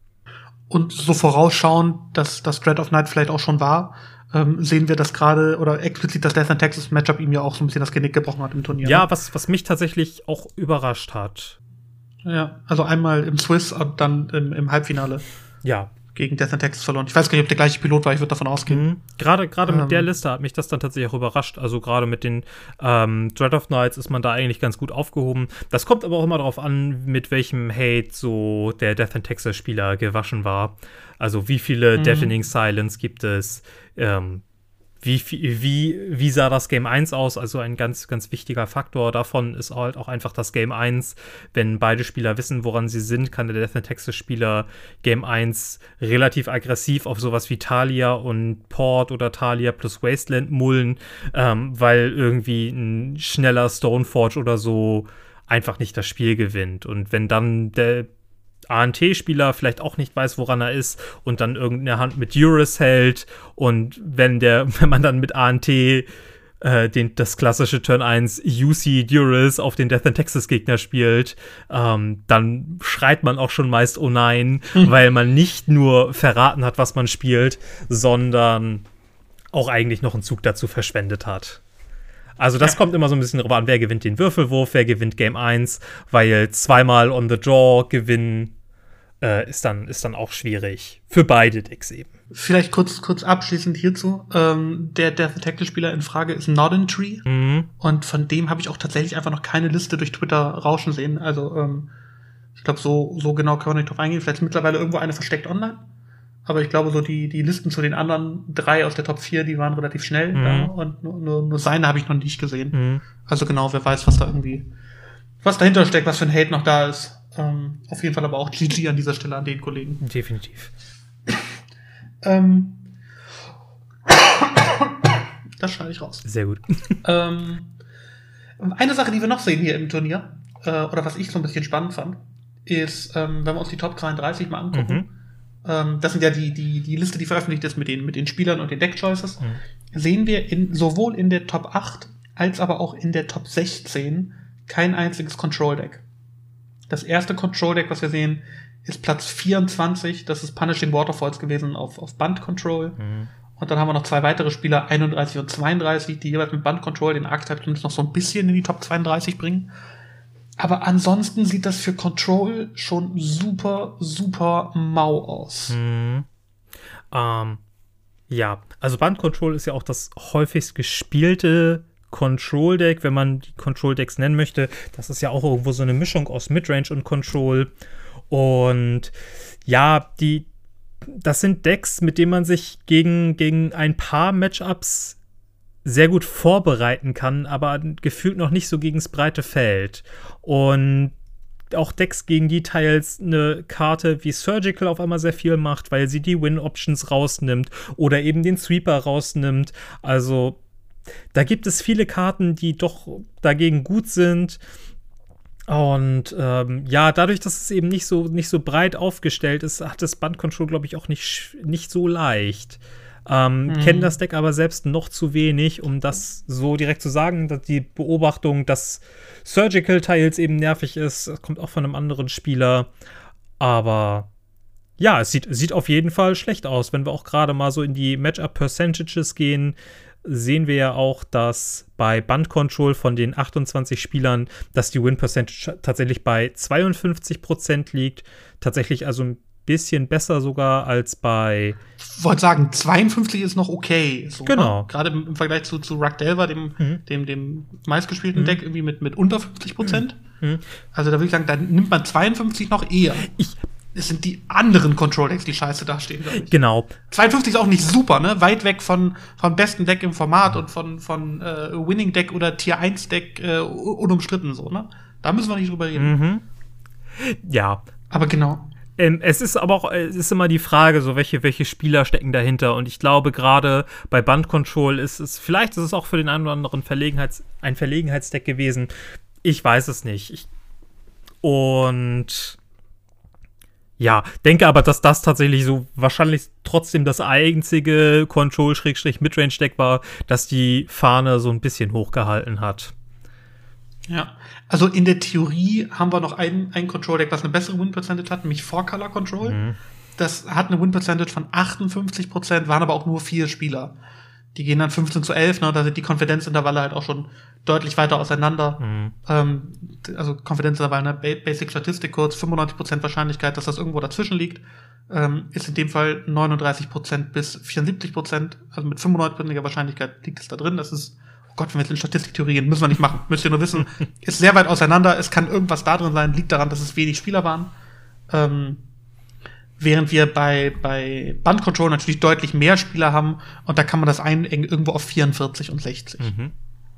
Speaker 1: Und so vorausschauend, dass das Dread of Night vielleicht auch schon war, ähm, sehen wir, dass gerade, oder explizit das Death and Taxes Matchup ihm ja auch so ein bisschen das Genick gebrochen hat im Turnier.
Speaker 2: Ja, was, was mich tatsächlich auch überrascht hat.
Speaker 1: Ja, also einmal im Swiss und dann im, im Halbfinale.
Speaker 2: Ja.
Speaker 1: Gegen Death and Taxes verloren. Ich weiß gar nicht, ob der gleiche Pilot war, ich würde davon ausgehen.
Speaker 2: Mhm. Gerade gerade
Speaker 1: ähm.
Speaker 2: mit der Liste hat mich das dann tatsächlich auch überrascht. Also gerade mit den ähm, Dread of Nights ist man da eigentlich ganz gut aufgehoben. Das kommt aber auch immer darauf an, mit welchem Hate so der Death and Taxes Spieler gewaschen war. Also wie viele mhm. Deafening Silence gibt es, ähm, Wie, wie, wie sah das Game eins aus? Also ein ganz, ganz wichtiger Faktor davon ist halt auch einfach das Game eins. Wenn beide Spieler wissen, woran sie sind, kann der Death and Taxes Spieler Game eins relativ aggressiv auf sowas wie Thalia und Port oder Thalia plus Wasteland mullen, ähm, weil irgendwie ein schneller Stoneforge oder so einfach nicht das Spiel gewinnt. Und wenn dann der A N T-Spieler vielleicht auch nicht weiß, woran er ist und dann irgendeine Hand mit Eurus hält und wenn der, wenn man dann mit A N T äh, den, das klassische Turn eins U C Eurus auf den Death and Taxes Gegner spielt, ähm, dann schreit man auch schon meist oh nein, mhm. weil man nicht nur verraten hat, was man spielt, sondern auch eigentlich noch einen Zug dazu verschwendet hat. Also das ja. kommt immer so ein bisschen drauf an, wer gewinnt den Würfelwurf, wer gewinnt Game eins, weil zweimal on the draw gewinnen äh, ist, dann, ist dann auch schwierig. Für beide Decks eben.
Speaker 1: Vielleicht kurz, kurz abschließend hierzu. Ähm, der Death and Taxes Spieler in Frage ist Northern Tree. Mhm. Und von dem habe ich auch tatsächlich einfach noch keine Liste durch Twitter rauschen sehen. Also ähm, ich glaube, so, so genau kann man nicht drauf eingehen. Vielleicht ist mittlerweile irgendwo eine versteckt online. Aber ich glaube, so die, die Listen zu den anderen drei aus der Top vier, die waren relativ schnell mhm. da. Und nur, nur, nur seine habe ich noch nicht gesehen. Mhm. Also genau, wer weiß, was da irgendwie, was dahinter steckt, was für ein Hate noch da ist. Ähm, auf jeden Fall aber auch G G an dieser Stelle an den Kollegen.
Speaker 2: Definitiv.
Speaker 1: ähm, das schneide ich raus.
Speaker 2: Sehr gut.
Speaker 1: ähm, eine Sache, die wir noch sehen hier im Turnier, äh, oder was ich so ein bisschen spannend fand, ist, ähm, wenn wir uns die Top dreiunddreißig mal angucken, mhm. ähm, das sind ja die, die, die Liste, die veröffentlicht ist mit den, mit den Spielern und den Deck-Choices, mhm. sehen wir in, sowohl in der Top acht als aber auch in der Top sechzehn kein einziges Control-Deck. Das erste Control-Deck, was wir sehen, ist Platz vierundzwanzig. Das ist Punishing Waterfalls gewesen auf, auf Band-Control. Mhm. Und dann haben wir noch zwei weitere Spieler, einunddreißig und zweiunddreißig, die jeweils mit Band-Control den Archetype zumindest noch so ein bisschen in die Top zweiunddreißig bringen. Aber ansonsten sieht das für Control schon super, super mau aus.
Speaker 2: Mhm. Ähm, ja, also Band-Control ist ja auch das häufigst gespielte Control-Deck, wenn man die Control-Decks nennen möchte. Das ist ja auch irgendwo so eine Mischung aus Midrange und Control. Und ja, die, das sind Decks, mit denen man sich gegen, gegen ein paar Matchups sehr gut vorbereiten kann, aber gefühlt noch nicht so gegens breite Feld. Und auch Decks, gegen die teils eine Karte wie Surgical auf einmal sehr viel macht, weil sie die Win-Options rausnimmt oder eben den Sweeper rausnimmt. Also da gibt es viele Karten, die doch dagegen gut sind. Und ähm, ja, dadurch, dass es eben nicht so, nicht so breit aufgestellt ist, hat das Band-Control, glaube ich, auch nicht, nicht so leicht. Ähm, mhm. Kennen das Deck aber selbst noch zu wenig, um das so direkt zu sagen. Dass die Beobachtung, dass Surgical teils eben nervig ist, das kommt auch von einem anderen Spieler. Aber ja, es sieht, sieht auf jeden Fall schlecht aus. Wenn wir auch gerade mal so in die Matchup-Percentages gehen, sehen wir ja auch, dass bei Band-Control von den achtundzwanzig Spielern, dass die Win-Percentage tatsächlich bei zweiundfünfzig Prozent liegt. Tatsächlich also ein bisschen besser sogar als bei
Speaker 1: Ich wollte sagen, zweiundfünfzig ist noch okay. So,
Speaker 2: genau.
Speaker 1: Ne? Gerade im, im Vergleich zu, zu Rugdelver, dem, mhm. dem, dem meistgespielten mhm. Deck, irgendwie mit, mit unter fünfzig Prozent. Mhm. Also da würde ich sagen, da nimmt man zweiundfünfzig noch eher. Ich Es sind die anderen Control-Decks, die scheiße dastehen, glaube ich.
Speaker 2: Genau.
Speaker 1: zweiundfünfzig ist auch nicht super, ne? Weit weg von, vom besten Deck im Format und von, von äh, Winning-Deck oder Tier eins Deck äh, unumstritten, so, ne? Da müssen wir nicht drüber reden.
Speaker 2: Mhm. Ja.
Speaker 1: Aber genau.
Speaker 2: Ähm, es ist aber auch, es ist immer die Frage, so welche, welche Spieler stecken dahinter. Und ich glaube, gerade bei Band Control ist es, vielleicht ist es auch für den einen oder anderen Verlegenheits, ein Verlegenheitsdeck gewesen. Ich weiß es nicht. Ich, und ja, denke aber, dass das tatsächlich so wahrscheinlich trotzdem das einzige Control-Midrange-Deck war, das die Fahne so ein bisschen hochgehalten hat.
Speaker 1: Ja, also in der Theorie haben wir noch ein, ein Control-Deck, was eine bessere Win-Percentage hat, nämlich Four-Color Control. Mhm. Das hat eine Win-Percentage von achtundfünfzig Prozent, waren aber auch nur vier Spieler. Die gehen dann fünfzehn zu elf, ne? Da sind die Konfidenzintervalle halt auch schon deutlich weiter auseinander. Mhm. Ähm, also Konfidenzintervalle, ne? Basic Statistik kurz, fünfundneunzig Prozent Wahrscheinlichkeit, dass das irgendwo dazwischen liegt. Ähm, ist in dem Fall neununddreißig Prozent bis vierundsiebzig Prozent. Also mit fünfundneunzig Prozent Wahrscheinlichkeit liegt es da drin. Das ist, oh Gott, wenn wir jetzt in Statistiktheorie gehen, müssen wir nicht machen. Müsst ihr nur wissen, ist sehr weit auseinander. Es kann irgendwas da drin sein, liegt daran, dass es wenig Spieler waren. Ähm, Während wir bei, bei Band Control natürlich deutlich mehr Spieler haben und da kann man das einengen irgendwo auf vierundvierzig und sechzig. Mhm.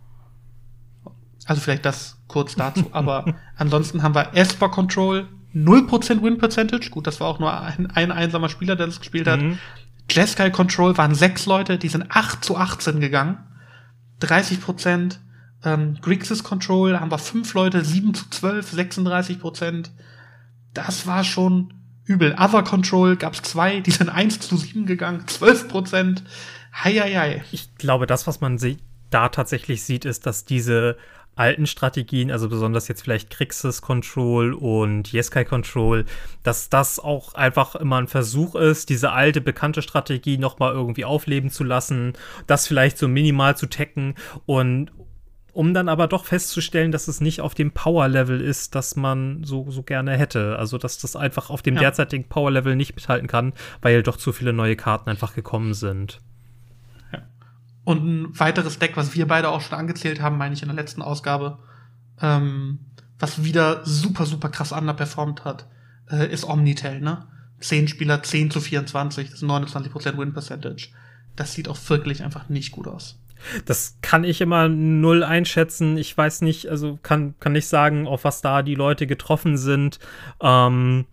Speaker 1: Also vielleicht das kurz dazu. Aber ansonsten haben wir Esper Control, null Prozent Win Percentage. Gut, das war auch nur ein, ein einsamer Spieler, der das gespielt hat. Mhm. Jeskai Control waren sechs Leute, die sind acht zu achtzehn gegangen. dreißig Prozent. Ähm, Grixis Control haben wir fünf Leute, sieben zu zwölf, sechsunddreißig Prozent. Das war schon übel. Other Control gab's zwei, die sind eins zu sieben gegangen, zwölf Prozent. Hei, hei, hei.
Speaker 2: Ich glaube, das, was man sie- da tatsächlich sieht, ist, dass diese alten Strategien, also besonders jetzt vielleicht Grixis Control und Jeskai Control, dass das auch einfach immer ein Versuch ist, diese alte, bekannte Strategie noch mal irgendwie aufleben zu lassen, das vielleicht so minimal zu tacken und um dann aber doch festzustellen, dass es nicht auf dem Power-Level ist, das man so, so gerne hätte. Also, dass das einfach auf dem ja. derzeitigen Power-Level nicht mithalten kann, weil doch zu viele neue Karten einfach gekommen sind.
Speaker 1: Ja. Und ein weiteres Deck, was wir beide auch schon angezählt haben, meine ich in der letzten Ausgabe, ähm, was wieder super, super krass underperformt hat, äh, ist Omnitel, ne? Zehn Spieler, zehn zu vierundzwanzig, das ist neunundzwanzig Prozent Win-Percentage. Das sieht auch wirklich einfach nicht gut aus.
Speaker 2: Das kann ich immer null einschätzen. Ich weiß nicht, also kann, kann nicht sagen, auf was da die Leute getroffen sind. Ähm,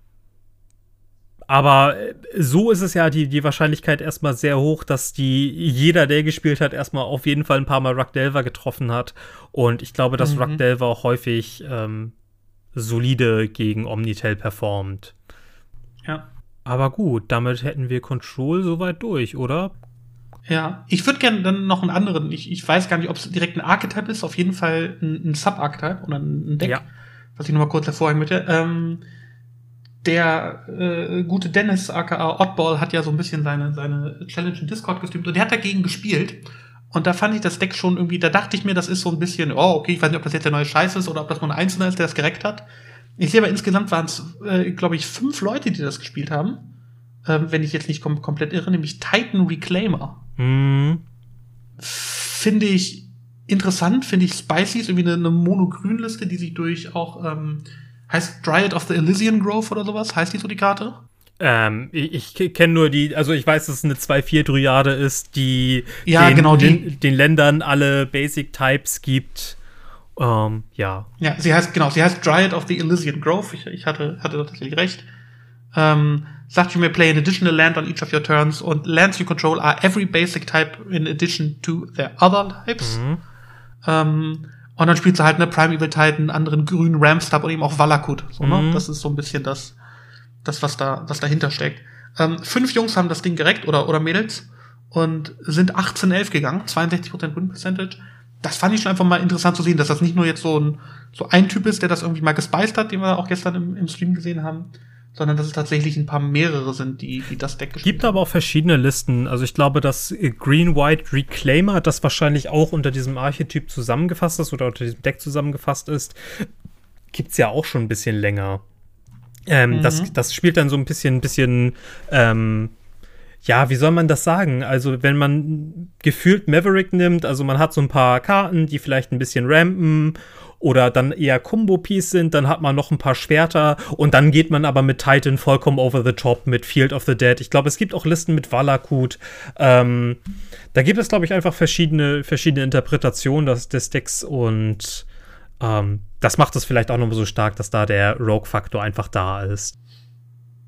Speaker 2: aber so ist es ja die, die Wahrscheinlichkeit erstmal sehr hoch, dass die jeder, der gespielt hat, erstmal auf jeden Fall ein paar Mal Rugdelver getroffen hat. Und ich glaube, dass mhm. Rugdelver auch häufig ähm, solide gegen Omnitel performt.
Speaker 1: Ja.
Speaker 2: Aber gut, damit hätten wir Control soweit durch, oder?
Speaker 1: Ja, ich würde gerne dann noch einen anderen, ich, ich weiß gar nicht, ob es direkt ein Archetype ist, auf jeden Fall ein, ein Sub-Archetype oder ein Deck, ja. was ich noch mal kurz hervorheben möchte. Ähm, der äh, gute Dennis, aka Oddball, hat ja so ein bisschen seine, seine Challenge in Discord gestreamt und der hat dagegen gespielt. Und da fand ich das Deck schon irgendwie, da dachte ich mir, das ist so ein bisschen, oh, okay, ich weiß nicht, ob das jetzt der neue Scheiß ist oder ob das nur ein Einzelner ist, der das gereckt hat. Ich sehe aber insgesamt waren es, äh, glaube ich, fünf Leute, die das gespielt haben. Ähm, wenn ich jetzt nicht kom- komplett irre, nämlich Titan Reclaimer.
Speaker 2: Mhm.
Speaker 1: Finde ich interessant, finde ich spicy, ist irgendwie eine, eine Mono-Grün-Liste, die sich durch auch, ähm, heißt Dryad of the Elysian Grove oder sowas, heißt die so die Karte?
Speaker 2: Ähm, ich, ich kenne nur die, also ich weiß, dass es eine zwei vier Dryade ist, die,
Speaker 1: ja,
Speaker 2: den,
Speaker 1: genau, die
Speaker 2: den, den Ländern alle Basic Types gibt. Ähm, ja.
Speaker 1: Ja, sie heißt, genau, sie heißt Dryad of the Elysian Grove, ich, ich hatte, hatte tatsächlich recht. Ähm, sagt, you may play an additional land on each of your turns und lands you control are every basic type in addition to their other types. Mhm. Ähm, und dann spielt sie halt eine Prime Evil Titan, einen anderen grünen Ramstab und eben auch Valakut. So, mhm. ne? Das ist so ein bisschen das, das was da, was dahinter steckt. Ähm, fünf Jungs haben das Ding gereckt oder, oder Mädels und sind achtzehn elf gegangen, zweiundsechzig Prozent Win Percentage. Das fand ich schon einfach mal interessant zu sehen, dass das nicht nur jetzt so ein, so ein Typ ist, der das irgendwie mal gespeist hat, den wir auch gestern im, im Stream gesehen haben, sondern dass es tatsächlich ein paar mehrere sind, die, die das Deck gespielt haben.
Speaker 2: Gibt aber auch verschiedene Listen. Also ich glaube, dass Green-White Reclaimer, das wahrscheinlich auch unter diesem Archetyp zusammengefasst ist oder unter diesem Deck zusammengefasst ist, gibt's ja auch schon ein bisschen länger. Ähm, mhm. das, das spielt dann so ein bisschen, bisschen ähm, ja, wie soll man das sagen? Also, wenn man gefühlt Maverick nimmt, also man hat so ein paar Karten, die vielleicht ein bisschen rampen oder dann eher Combo-Piece sind, dann hat man noch ein paar Schwerter und dann geht man aber mit Titan vollkommen over the top, mit Field of the Dead. Ich glaube, es gibt auch Listen mit Valakut. Ähm, da gibt es, glaube ich, einfach verschiedene, verschiedene Interpretationen des, des Decks und ähm, das macht es vielleicht auch noch so stark, dass da der Rogue-Faktor einfach da ist.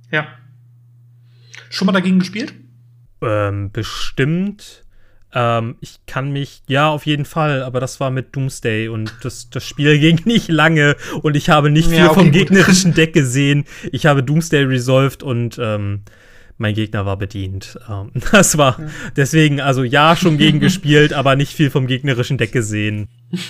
Speaker 1: Ja. Schon mal dagegen gespielt?
Speaker 2: Ähm, bestimmt. Ähm, ich kann mich, ja, auf jeden Fall, aber das war mit Doomsday und das, das Spiel ging nicht lange und ich habe nicht viel ja, okay, vom gegnerischen Deck gesehen. Ich habe Doomsday resolved und ähm, mein Gegner war bedient. Ähm, das war ja. deswegen, also ja, schon gegen gespielt, aber nicht viel vom gegnerischen Deck gesehen.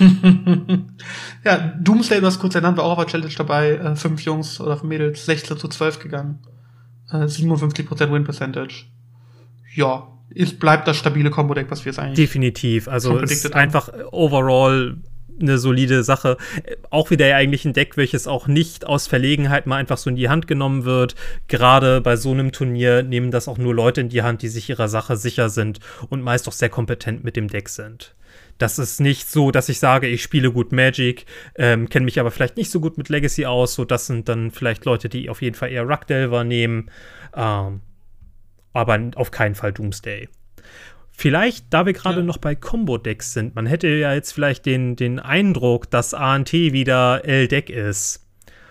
Speaker 1: Ja, Doomsday, du hast kurz genannt, war auch auf der Challenge dabei. Äh, fünf Jungs oder Mädels, sechzehn zu zwölf gegangen. Äh, siebenundfünfzig Prozent Win Percentage. Ja, es bleibt das stabile Combo-Deck, was wir jetzt eigentlich
Speaker 2: definitiv, also es ist einfach overall eine solide Sache. Auch wieder eigentlich ein Deck, welches auch nicht aus Verlegenheit mal einfach so in die Hand genommen wird. Gerade bei so einem Turnier nehmen das auch nur Leute in die Hand, die sich ihrer Sache sicher sind und meist auch sehr kompetent mit dem Deck sind. Das ist nicht so, dass ich sage, ich spiele gut Magic, ähm, kenne mich aber vielleicht nicht so gut mit Legacy aus. So, das sind dann vielleicht Leute, die auf jeden Fall eher Ruckdelver nehmen. Ähm, aber auf keinen Fall Doomsday. Vielleicht, da wir gerade ja. noch bei Combo-Decks sind, man hätte ja jetzt vielleicht den, den Eindruck, dass A N T wieder L-Deck ist.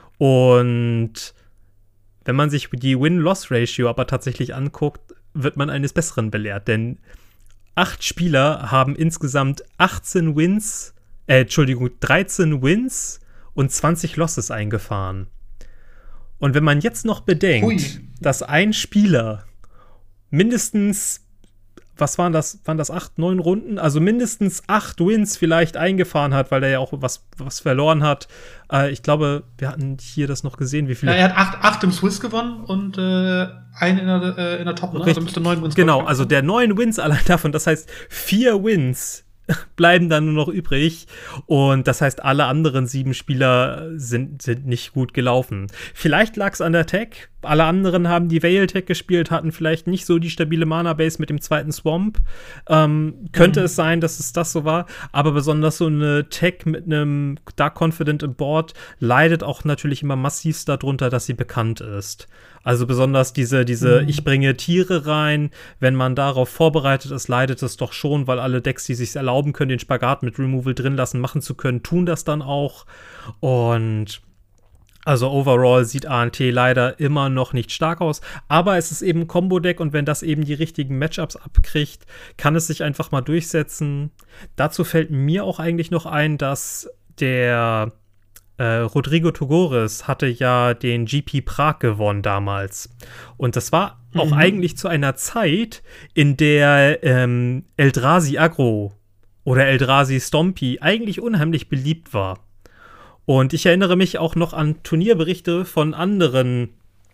Speaker 2: Und wenn man sich die Win-Loss-Ratio aber tatsächlich anguckt, wird man eines Besseren belehrt. Denn acht Spieler haben insgesamt achtzehn Wins, äh, Entschuldigung, dreizehn Wins und zwanzig Losses eingefahren. Und wenn man jetzt noch bedenkt, Ui. dass ein Spieler mindestens, was waren das, waren das acht, neun Runden? Also mindestens acht Wins vielleicht eingefahren hat, weil er ja auch was, was verloren hat. Äh, ich glaube, wir hatten hier das noch gesehen, wie viele.
Speaker 1: Ja, er hat acht, acht im Swiss gewonnen und äh, einen in der, äh, in der Top, ne?
Speaker 2: Also müsste neun Wins Genau, also der neun Wins allein davon, das heißt vier Wins bleiben dann nur noch übrig. Und das heißt, alle anderen sieben Spieler sind, sind nicht gut gelaufen. Vielleicht lag es an der Tech. Alle anderen haben die Veil-Tech gespielt, hatten vielleicht nicht so die stabile Mana-Base mit dem zweiten Swamp. Ähm, könnte mhm. es sein, dass es das so war. Aber besonders so eine Tech mit einem Dark Confident im Board leidet auch natürlich immer massivst darunter, dass sie bekannt ist. Also besonders diese, diese mhm. ich bringe Tiere rein, wenn man darauf vorbereitet ist, leidet es doch schon, weil alle Decks, die sich erlauben können, den Spagat mit Removal drin lassen, machen zu können, tun das dann auch. Und also overall sieht A N T leider immer noch nicht stark aus, aber es ist eben ein Combo-Deck und wenn das eben die richtigen Matchups abkriegt, kann es sich einfach mal durchsetzen. Dazu fällt mir auch eigentlich noch ein, dass der Äh, Rodrigo Togores hatte ja den G P Prag gewonnen damals. Und das war mhm. auch eigentlich zu einer Zeit, in der ähm, Eldrazi Aggro oder Eldrazi Stompy eigentlich unheimlich beliebt war. Und ich erinnere mich auch noch an Turnierberichte von anderen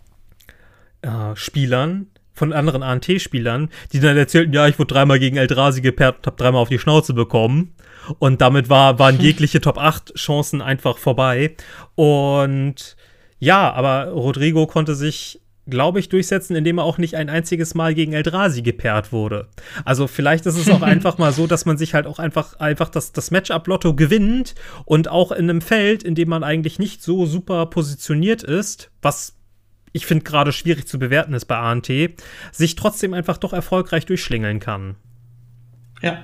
Speaker 2: äh, Spielern, von anderen A N T-Spielern, die dann erzählten, ja, ich wurde dreimal gegen Eldrazi gepaart und hab dreimal auf die Schnauze bekommen. Und damit war, waren jegliche Top acht Chancen einfach vorbei. Und ja, aber Rodrigo konnte sich, glaube ich, durchsetzen, indem er auch nicht ein einziges Mal gegen Eldrazi gepaart wurde. Also vielleicht ist es auch einfach mal so, dass man sich halt auch einfach, einfach das, das Matchup-Lotto gewinnt und auch in einem Feld, in dem man eigentlich nicht so super positioniert ist, was ich finde gerade schwierig zu bewerten ist bei A N T, sich trotzdem einfach doch erfolgreich durchschlingeln kann.
Speaker 1: Ja.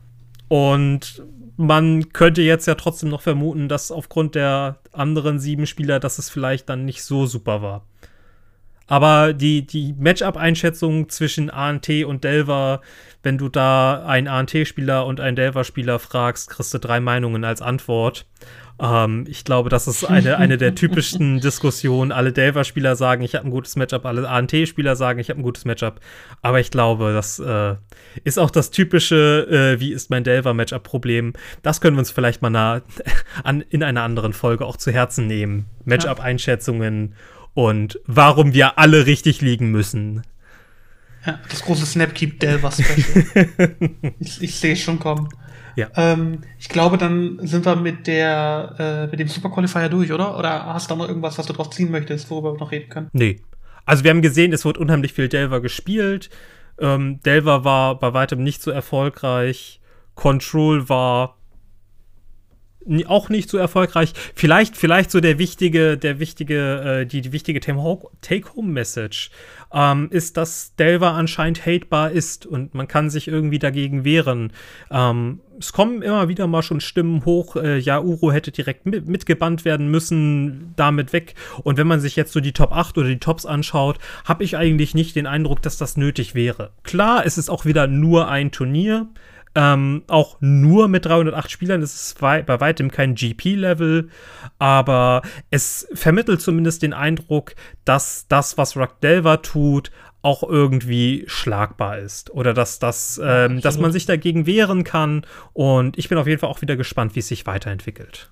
Speaker 2: Und man könnte jetzt ja trotzdem noch vermuten, dass aufgrund der anderen sieben Spieler, dass es vielleicht dann nicht so super war. Aber die, die Matchup-Einschätzung zwischen A N T und Delver, wenn du da einen A N T-Spieler und einen Delver-Spieler fragst, kriegst du drei Meinungen als Antwort. Ähm, ich glaube, das ist eine, eine der typischsten Diskussionen. Alle Delver-Spieler sagen, ich habe ein gutes Matchup, alle A N T-Spieler sagen, ich habe ein gutes Matchup. Aber ich glaube, das äh, ist auch das typische, äh, wie ist mein Delver-Matchup-Problem. Das können wir uns vielleicht mal nah, an, in einer anderen Folge auch zu Herzen nehmen. Matchup-Einschätzungen und warum wir alle richtig liegen müssen.
Speaker 1: Ja, das große Snapkeep-Delver-Special. ich ich sehe es schon kommen.
Speaker 2: Ja.
Speaker 1: Ähm, ich glaube, dann sind wir mit der äh, mit dem Super Qualifier durch, oder? Oder hast du da noch irgendwas, was du drauf ziehen möchtest, worüber wir noch reden können?
Speaker 2: Nee. Also wir haben gesehen, es wird unheimlich viel Delver gespielt. Ähm, Delver war bei weitem nicht so erfolgreich. Control war auch nicht so erfolgreich. Vielleicht, vielleicht so der wichtige, der wichtige, äh, die, die wichtige Take-Home-Message ähm, ist, dass Delver anscheinend hatebar ist und man kann sich irgendwie dagegen wehren. Ähm, es kommen immer wieder mal schon Stimmen hoch, äh, ja, Uro hätte direkt mit, mitgebannt werden müssen, damit weg. Und wenn man sich jetzt so die Top acht oder die Tops anschaut, habe ich eigentlich nicht den Eindruck, dass das nötig wäre. Klar, es ist auch wieder nur ein Turnier. Ähm, auch nur mit dreihundertacht Spielern, das ist wei- bei weitem kein G P-Level, aber es vermittelt zumindest den Eindruck, dass das, was Ruck Delver tut, auch irgendwie schlagbar ist oder dass, das, ähm, dass man sich dagegen wehren kann, und ich bin auf jeden Fall auch wieder gespannt, wie es sich weiterentwickelt.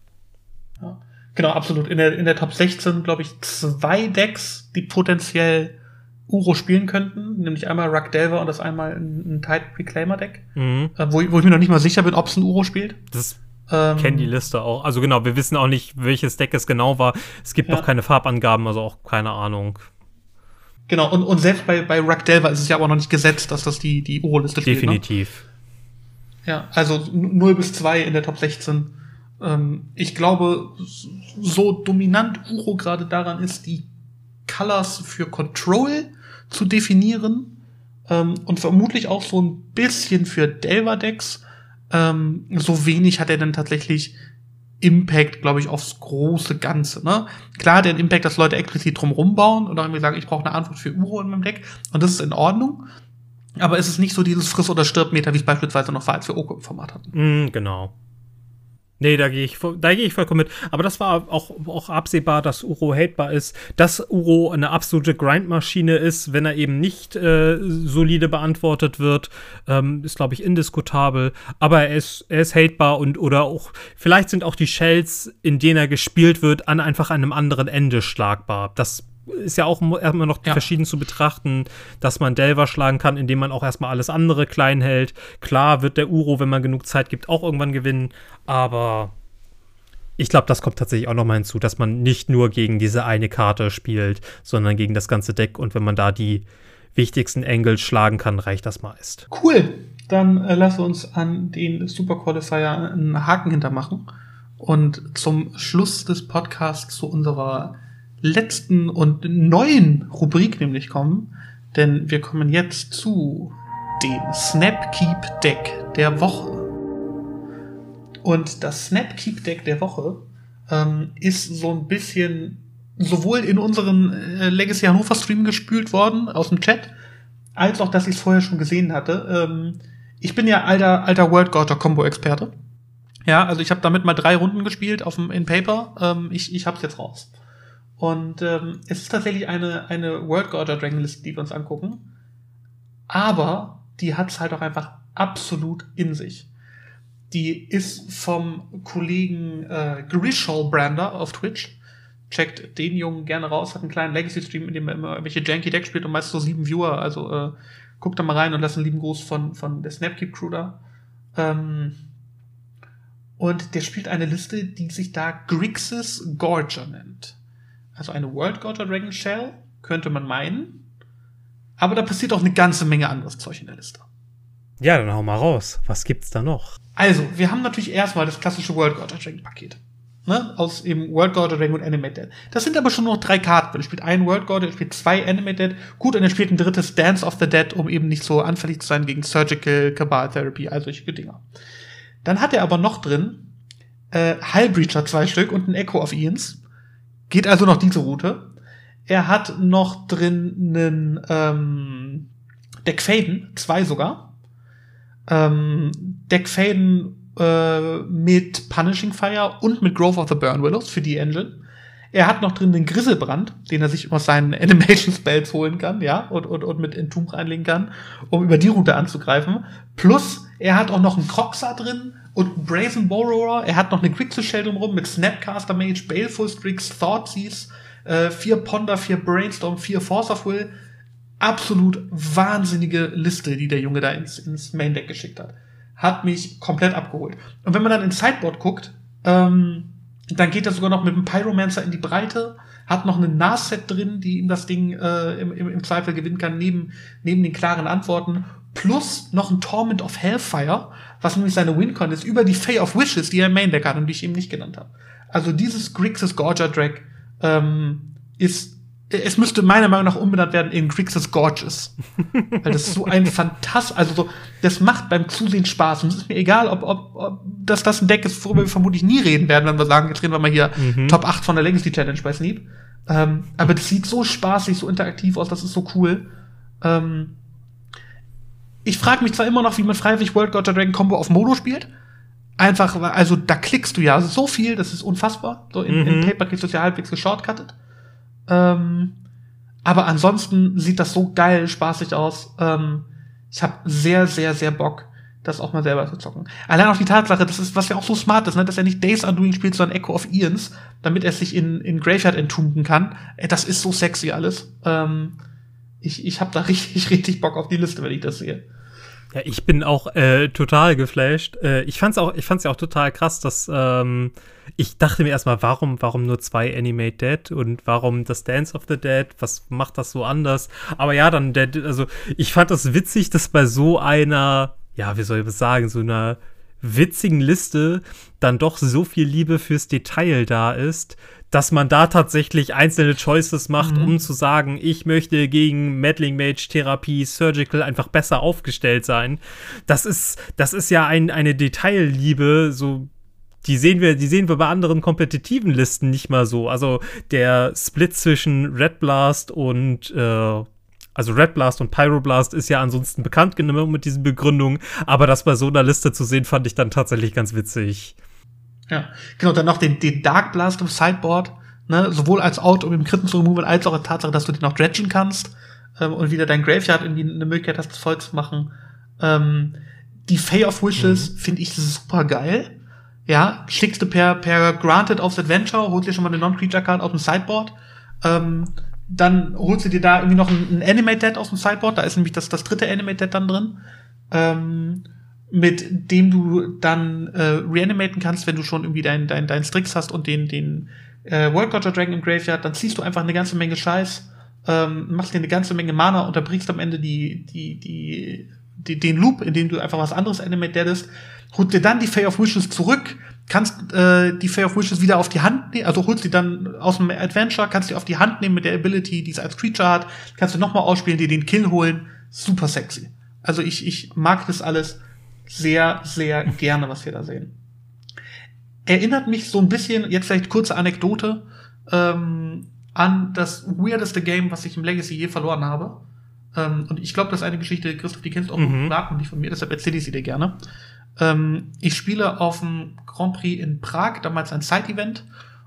Speaker 1: Ja, genau, absolut. In der, in der Top sechzehn, glaube ich, zwei Decks, die potenziell Uro spielen könnten, nämlich einmal Ruck Delver und das einmal ein, ein Tide Reclaimer Deck, mhm. äh, wo, wo ich mir noch nicht mal sicher bin, ob es ein Uro spielt.
Speaker 2: Das ähm, kennen die Liste auch. Also genau, wir wissen auch nicht, welches Deck es genau war. Es gibt ja. noch keine Farbangaben, also auch keine Ahnung.
Speaker 1: Genau, und, und selbst bei, bei Ruck Delver ist es ja aber noch nicht gesetzt, dass das die, die Uro-Liste spielt.
Speaker 2: Definitiv.
Speaker 1: Ne? Ja, also null bis zwei in der Top sechzehn. Ähm, ich glaube, so dominant Uro gerade daran ist, die Colors für Control zu definieren, ähm, und vermutlich auch so ein bisschen für Delver-Decks. Ähm, so wenig hat er dann tatsächlich Impact, glaube ich, aufs große Ganze. Ne? Klar, der Impact, dass Leute explizit drumherum bauen und irgendwie sagen, ich brauche eine Antwort für Uro in meinem Deck, und das ist in Ordnung. Aber es ist nicht so dieses Friss- oder Stirb-Meter, wie es beispielsweise noch war, als wir Oko im Format hatten.
Speaker 2: Mm, genau. Nee, da gehe ich, da gehe ich vollkommen mit. Aber das war auch, auch absehbar, dass Uro hatebar ist. Dass Uro eine absolute Grindmaschine ist, wenn er eben nicht äh, solide beantwortet wird, ähm, ist, glaube ich, indiskutabel. Aber er ist, er ist hatebar, und oder auch, vielleicht sind auch die Shells, in denen er gespielt wird, an einfach einem anderen Ende schlagbar. Das ist ja auch erstmal noch ja. verschieden zu betrachten, dass man Delver schlagen kann, indem man auch erstmal alles andere klein hält. Klar wird der Uro, wenn man genug Zeit gibt, auch irgendwann gewinnen, aber ich glaube, das kommt tatsächlich auch noch mal hinzu, dass man nicht nur gegen diese eine Karte spielt, sondern gegen das ganze Deck, und wenn man da die wichtigsten Angles schlagen kann, reicht das meist.
Speaker 1: Cool, dann äh, lass uns an den Super Qualifier einen Haken hintermachen und zum Schluss des Podcasts zu unserer letzten und neuen Rubrik nämlich kommen, denn wir kommen jetzt zu dem Snapkeep Deck der Woche. Und das Snapkeep Deck der Woche ähm, ist so ein bisschen sowohl in unseren äh, Legacy Hannover Stream gespült worden aus dem Chat, als auch, dass ich es vorher schon gesehen hatte. Ähm, ich bin ja alter alter World Gorger Combo Experte. Ja, also ich habe damit mal drei Runden gespielt auf dem in Paper. Ähm, ich ich hab's jetzt raus. Und ähm, es ist tatsächlich eine, eine World Gorger Dragon List, die wir uns angucken. Aber die hat es halt auch einfach absolut in sich. Die ist vom Kollegen äh, Grishol Brander auf Twitch. Checkt den Jungen gerne raus. Hat einen kleinen Legacy-Stream, in dem er immer irgendwelche janky Decks spielt und meist so sieben Viewer. Also äh, guckt da mal rein und lasst einen lieben Gruß von, von der Snapkeep-Crew da. Ähm, und der spielt eine Liste, die sich da Grixis Gorger nennt. Also eine World Gorger Dragon Shell, könnte man meinen. Aber da passiert auch eine ganze Menge anderes Zeug in der Liste.
Speaker 2: Ja, dann hau mal raus. Was gibt's da noch?
Speaker 1: Also, wir haben natürlich erstmal das klassische World Gorger Dragon Paket. Ne? Aus eben World Gorger Dragon und Animated. Das sind aber schon noch drei Karten. Er spielt einen World Gorger, er spielt zwei Animated. Gut, und er spielt ein drittes Dance of the Dead, um eben nicht so anfällig zu sein gegen Surgical, Cabal Therapy, all solche Dinger. Dann hat er aber noch drin äh, Hullbreacher zwei Stück und ein Echo of Ians. Geht also noch diese Route. Er hat noch drin einen ähm, Deck Faden, zwei sogar. Ähm, Deck Faden äh, mit Punishing Fire und mit Growth of the Burn Willows für die Engine. Er hat noch drin den Griselbrand, den er sich aus seinen Animation Spells holen kann, ja, und, und, und mit Entomb reinlegen kann, um über die Route anzugreifen. Plus, er hat auch noch einen Croxa drin und einen Brazen Borrower. Er hat noch eine Grixis Shell drumherum mit Snapcaster Mage, Baleful Strix, Thoughtseize, äh, vier Ponder, vier Brainstorm, vier Force of Will. Absolut wahnsinnige Liste, die der Junge da ins, ins Main Deck geschickt hat. Hat mich komplett abgeholt. Und wenn man dann ins Sideboard guckt, ähm, dann geht er sogar noch mit dem Pyromancer in die Breite, hat noch einen Narset drin, die ihm das Ding äh, im, im, im Zweifel gewinnen kann, neben, neben den klaren Antworten. plus noch ein Torment of Hellfire, was nämlich seine Wincon ist, über die Fae of Wishes, die er im Main Deck hat und die ich eben nicht genannt habe. Also dieses Grixis Gorger Drag ähm, ist, es müsste meiner Meinung nach umbenannt werden in Grixis Gorgeous. Weil das ist so ein fantastisch, also so, das macht beim Zusehen Spaß. Und es ist mir egal, ob, ob, ob dass das ein Deck ist, worüber wir vermutlich nie reden werden, wenn wir sagen, jetzt reden wir mal hier mhm. Top acht von der Legacy Challenge bei Sleep. Ähm, aber das sieht so spaßig, so interaktiv aus, das ist so cool. Ähm, ich frage mich zwar immer noch, wie man freiwillig World Gorger Dragon Combo auf Mono spielt. Einfach, also da klickst du ja so viel, das ist unfassbar. So in, mhm. in Paper kriegst du es ja halbwegs geshortcuttet. Ähm, aber ansonsten sieht das so geil, spaßig aus. Ähm, ich habe sehr, sehr, sehr Bock, das auch mal selber zu zocken. Allein auch die Tatsache, das ist, was ja auch so smart ist, ne, dass er nicht Days Undoing spielt, sondern Echo of Eons, damit er sich in, in Graveyard entomben kann. Äh, das ist so sexy alles. Ähm, ich ich habe da richtig, richtig Bock auf die Liste, wenn ich das sehe.
Speaker 2: Ja, ich bin auch äh, total geflasht. Äh, ich fand's auch, ich fand's ja auch total krass, dass ähm, ich dachte mir erstmal, warum, warum nur zwei Animate Dead und warum das Dance of the Dead? Was macht das so anders? Aber ja, dann, der, also ich fand das witzig, dass bei so einer, ja, wie soll ich das sagen, so einer witzigen Liste dann doch so viel Liebe fürs Detail da ist, dass man da tatsächlich einzelne Choices macht, mhm. um zu sagen, ich möchte gegen Meddling Mage, Therapie, Surgical einfach besser aufgestellt sein. Das ist, das ist ja ein, eine Detailliebe, so, die sehen wir, die sehen wir bei anderen kompetitiven Listen nicht mal so. Also der Split zwischen Red Blast und äh, also Red Blast und Pyroblast ist ja ansonsten bekannt genommen mit diesen Begründungen, aber das bei so einer Liste zu sehen, fand ich dann tatsächlich ganz witzig.
Speaker 1: Ja, genau, dann noch den, den Dark Blast im Sideboard, ne, sowohl als Out, um im Kritten zu removen, als auch die Tatsache, dass du den noch dredgen kannst, ähm, und wieder dein Graveyard irgendwie eine Möglichkeit hast, das voll zu machen. Ähm, die Fae of Wishes mhm. finde ich super geil. Ja, schickst du per, per Granted aufs Adventure, holst dir schon mal eine Non-Creature-Card aus dem Sideboard, ähm, dann holst du dir da irgendwie noch ein, ein Animate-Dead aus dem Sideboard, da ist nämlich das, das dritte Animate-Dead dann drin, ähm, mit dem du dann äh, reanimaten kannst, wenn du schon irgendwie deinen dein, dein Strix hast und den, den äh, World Gorger Dragon im Graveyard, dann ziehst du einfach eine ganze Menge Scheiß, ähm, machst dir eine ganze Menge Mana, unterbrichst am Ende die, die, die, die, den Loop, in dem du einfach was anderes Animate Deadest, holst dir dann die Fae of Wishes zurück, kannst äh, die Fae of Wishes wieder auf die Hand nehmen, also holst die dann aus dem Adventure, kannst die auf die Hand nehmen mit der Ability, die es als Creature hat, kannst du nochmal ausspielen, dir den Kill holen, super sexy. Also ich, ich mag das alles sehr, sehr gerne, was wir da sehen. Erinnert mich so ein bisschen, jetzt vielleicht kurze Anekdote, ähm, an das weirdeste Game, was ich im Legacy je verloren habe. Ähm, und ich glaube, das ist eine Geschichte, Christoph, die kennst du auch mhm. privat und nicht von mir, deshalb erzähle ich sie dir gerne. Ähm, ich spiele auf dem Grand Prix in Prag, damals ein Side-Event,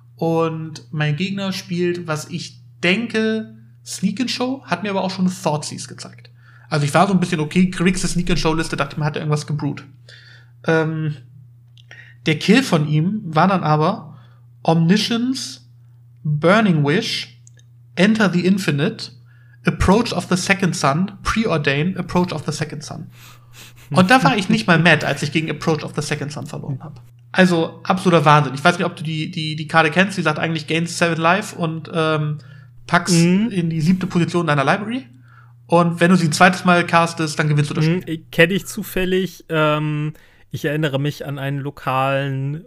Speaker 1: und mein Gegner spielt, was ich denke, Sneak and Show, hat mir aber auch schon Thoughtseize gezeigt. Also ich war so ein bisschen, okay, Grixis Sneak and Show Liste, dachte, man hat irgendwas gebrewt. Ähm, der Kill von ihm war dann aber Omniscience, Burning Wish, Enter the Infinite, Approach of the Second Sun, Preordain, Approach of the Second Sun. Und da war ich nicht mal mad, als ich gegen Approach of the Second Sun verloren habe. Also absoluter Wahnsinn. Ich weiß nicht, ob du die, die, die Karte kennst, die sagt eigentlich Gains seven Life und ähm, packst mhm. in die siebte Position deiner Library. Und wenn du sie ein zweites Mal castest, dann gewinnst du das Spiel.
Speaker 2: Mhm, kenne ich zufällig. Ähm, ich erinnere mich an einen lokalen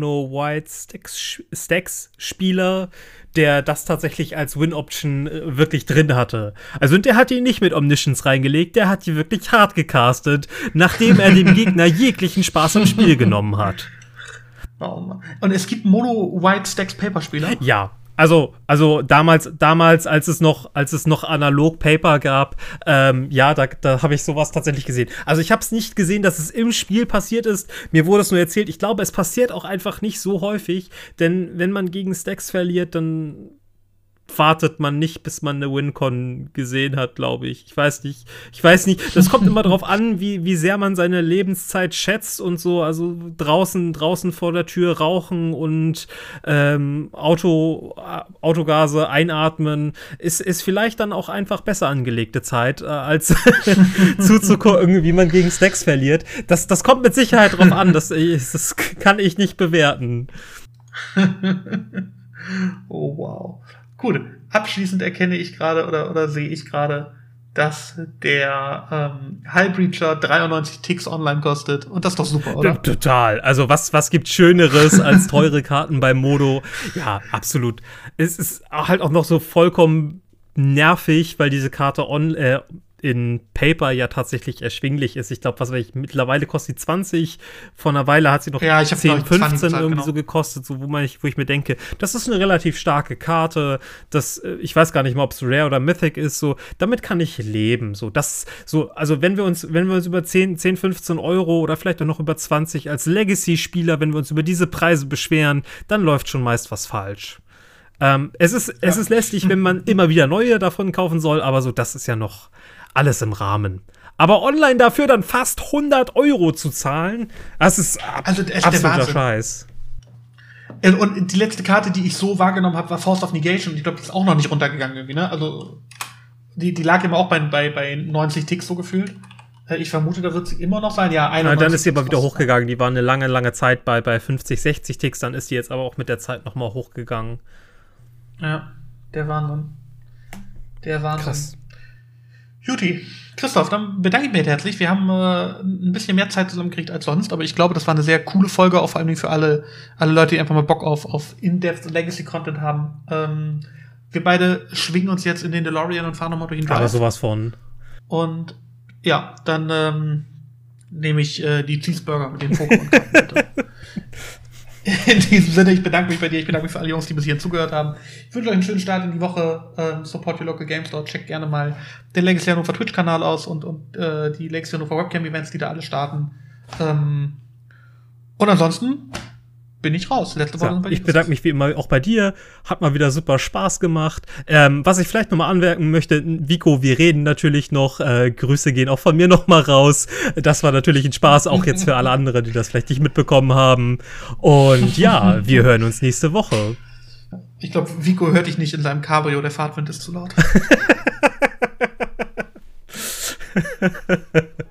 Speaker 2: Mono-White-Stacks-Spieler, der das tatsächlich als Win-Option äh, wirklich drin hatte. Also, und der hat ihn nicht mit Omniscience reingelegt, der hat die wirklich hart gecastet, nachdem er dem Gegner jeglichen Spaß am Spiel genommen hat.
Speaker 1: Oh Mann. Und es gibt Mono-White-Stacks-Paper-Spieler?
Speaker 2: Ja. Also, also damals, damals, als es noch, als es noch analog Paper gab, ähm, ja, da, da habe ich sowas tatsächlich gesehen. Also ich habe es nicht gesehen, dass es im Spiel passiert ist. Mir wurde es nur erzählt. Ich glaube, es passiert auch einfach nicht so häufig, denn wenn man gegen Stacks verliert, dann wartet man nicht, bis man eine Wincon gesehen hat, glaube ich. Ich weiß nicht. Ich weiß nicht. Das kommt immer darauf an, wie, wie sehr man seine Lebenszeit schätzt und so. Also draußen, draußen vor der Tür rauchen und ähm, Auto, Autogase einatmen ist, ist vielleicht dann auch einfach besser angelegte Zeit, äh, als zuzugucken, wie man gegen Stacks verliert. Das, das kommt mit Sicherheit drauf an. Das, das kann ich nicht bewerten.
Speaker 1: Oh, wow. Gut, abschließend erkenne ich gerade oder, oder sehe ich gerade, dass der ähm, Hullbreacher dreiundneunzig Ticks online kostet. Und das ist doch super, oder?
Speaker 2: Total. Also was, was gibt Schöneres als teure Karten beim Modo? Ja, absolut. Es ist halt auch noch so vollkommen nervig, weil diese Karte on, äh, in Paper ja tatsächlich erschwinglich ist. Ich glaube, was weiß ich, mittlerweile kostet die zwanzig. Vor einer Weile hat sie noch
Speaker 1: ja, ich hab
Speaker 2: zehn, fünfzehn
Speaker 1: bezahlt,
Speaker 2: irgendwie
Speaker 1: genau.
Speaker 2: so gekostet, so wo man ich, wo ich mir denke, das ist eine relativ starke Karte. Das, ich weiß gar nicht mal, ob es Rare oder Mythic ist. So, damit kann ich leben. So, das, so, also wenn wir uns, wenn wir uns über zehn, fünfzehn Euro oder vielleicht auch noch über zwanzig als Legacy-Spieler, wenn wir uns über diese Preise beschweren, dann läuft schon meist was falsch. Ähm, es ist, es ist lästig, wenn man immer wieder neue davon kaufen soll, aber so, das ist ja noch alles im Rahmen. Aber online dafür dann fast hundert Euro zu zahlen, das ist ab-
Speaker 1: Also, echt der
Speaker 2: absoluter
Speaker 1: Wahnsinn.
Speaker 2: Scheiß.
Speaker 1: Und die letzte Karte, die ich so wahrgenommen habe, war Force of Negation. Ich glaube, die ist auch noch nicht runtergegangen irgendwie, ne? Also, die, die lag immer auch bei, bei, bei neunzig Ticks so gefühlt. Äh, Ich vermute, da wird sie immer noch sein. Ja,
Speaker 2: Ja,
Speaker 1: einundneunzig
Speaker 2: dann ist sie aber wieder
Speaker 1: Ticks
Speaker 2: hochgegangen. Die war eine lange, lange Zeit bei, bei fünfzig, sechzig Ticks. Dann ist die jetzt aber auch mit der Zeit noch mal hochgegangen.
Speaker 1: Ja, der Wahnsinn. Der Wahnsinn.
Speaker 2: Krass.
Speaker 1: Juti, Christoph, dann bedanke ich mich herzlich. Wir haben äh, ein bisschen mehr Zeit zusammengekriegt als sonst, aber ich glaube, das war eine sehr coole Folge, auch vor allem für alle, alle Leute, die einfach mal Bock auf, auf In-Depth Legacy-Content haben. Ähm, wir beide schwingen uns jetzt in den DeLorean und fahren nochmal durch den Drive.
Speaker 2: Aber sowas von.
Speaker 1: Und ja, dann ähm, nehme ich äh, die Cheeseburger mit den Pokémon-Karten. In diesem Sinne, ich bedanke mich bei dir, ich bedanke mich für alle Jungs, die bis hierhin zugehört haben. Ich wünsche euch einen schönen Start in die Woche. Ähm, support your local game store. Checkt gerne mal den Legacy Hannover Twitch-Kanal aus und, und äh, die Legacy Hannover Webcam-Events, die da alle starten. Ähm, und ansonsten bin ich raus. Letzte Woche.
Speaker 2: Ja, ich bedanke mich wie immer auch bei dir. Hat mal wieder super Spaß gemacht. Ähm, was ich vielleicht noch mal anmerken möchte, Vico, wir reden natürlich noch. Äh, Grüße gehen auch von mir noch mal raus. Das war natürlich ein Spaß, auch jetzt für alle anderen, die das vielleicht nicht mitbekommen haben. Und ja, wir hören uns nächste Woche.
Speaker 1: Ich glaube, Vico hört dich nicht in seinem Cabrio, der Fahrtwind ist zu laut.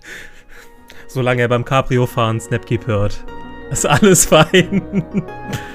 Speaker 2: Solange er beim Cabrio-Fahren Snapkeep hört. Ist alles fein.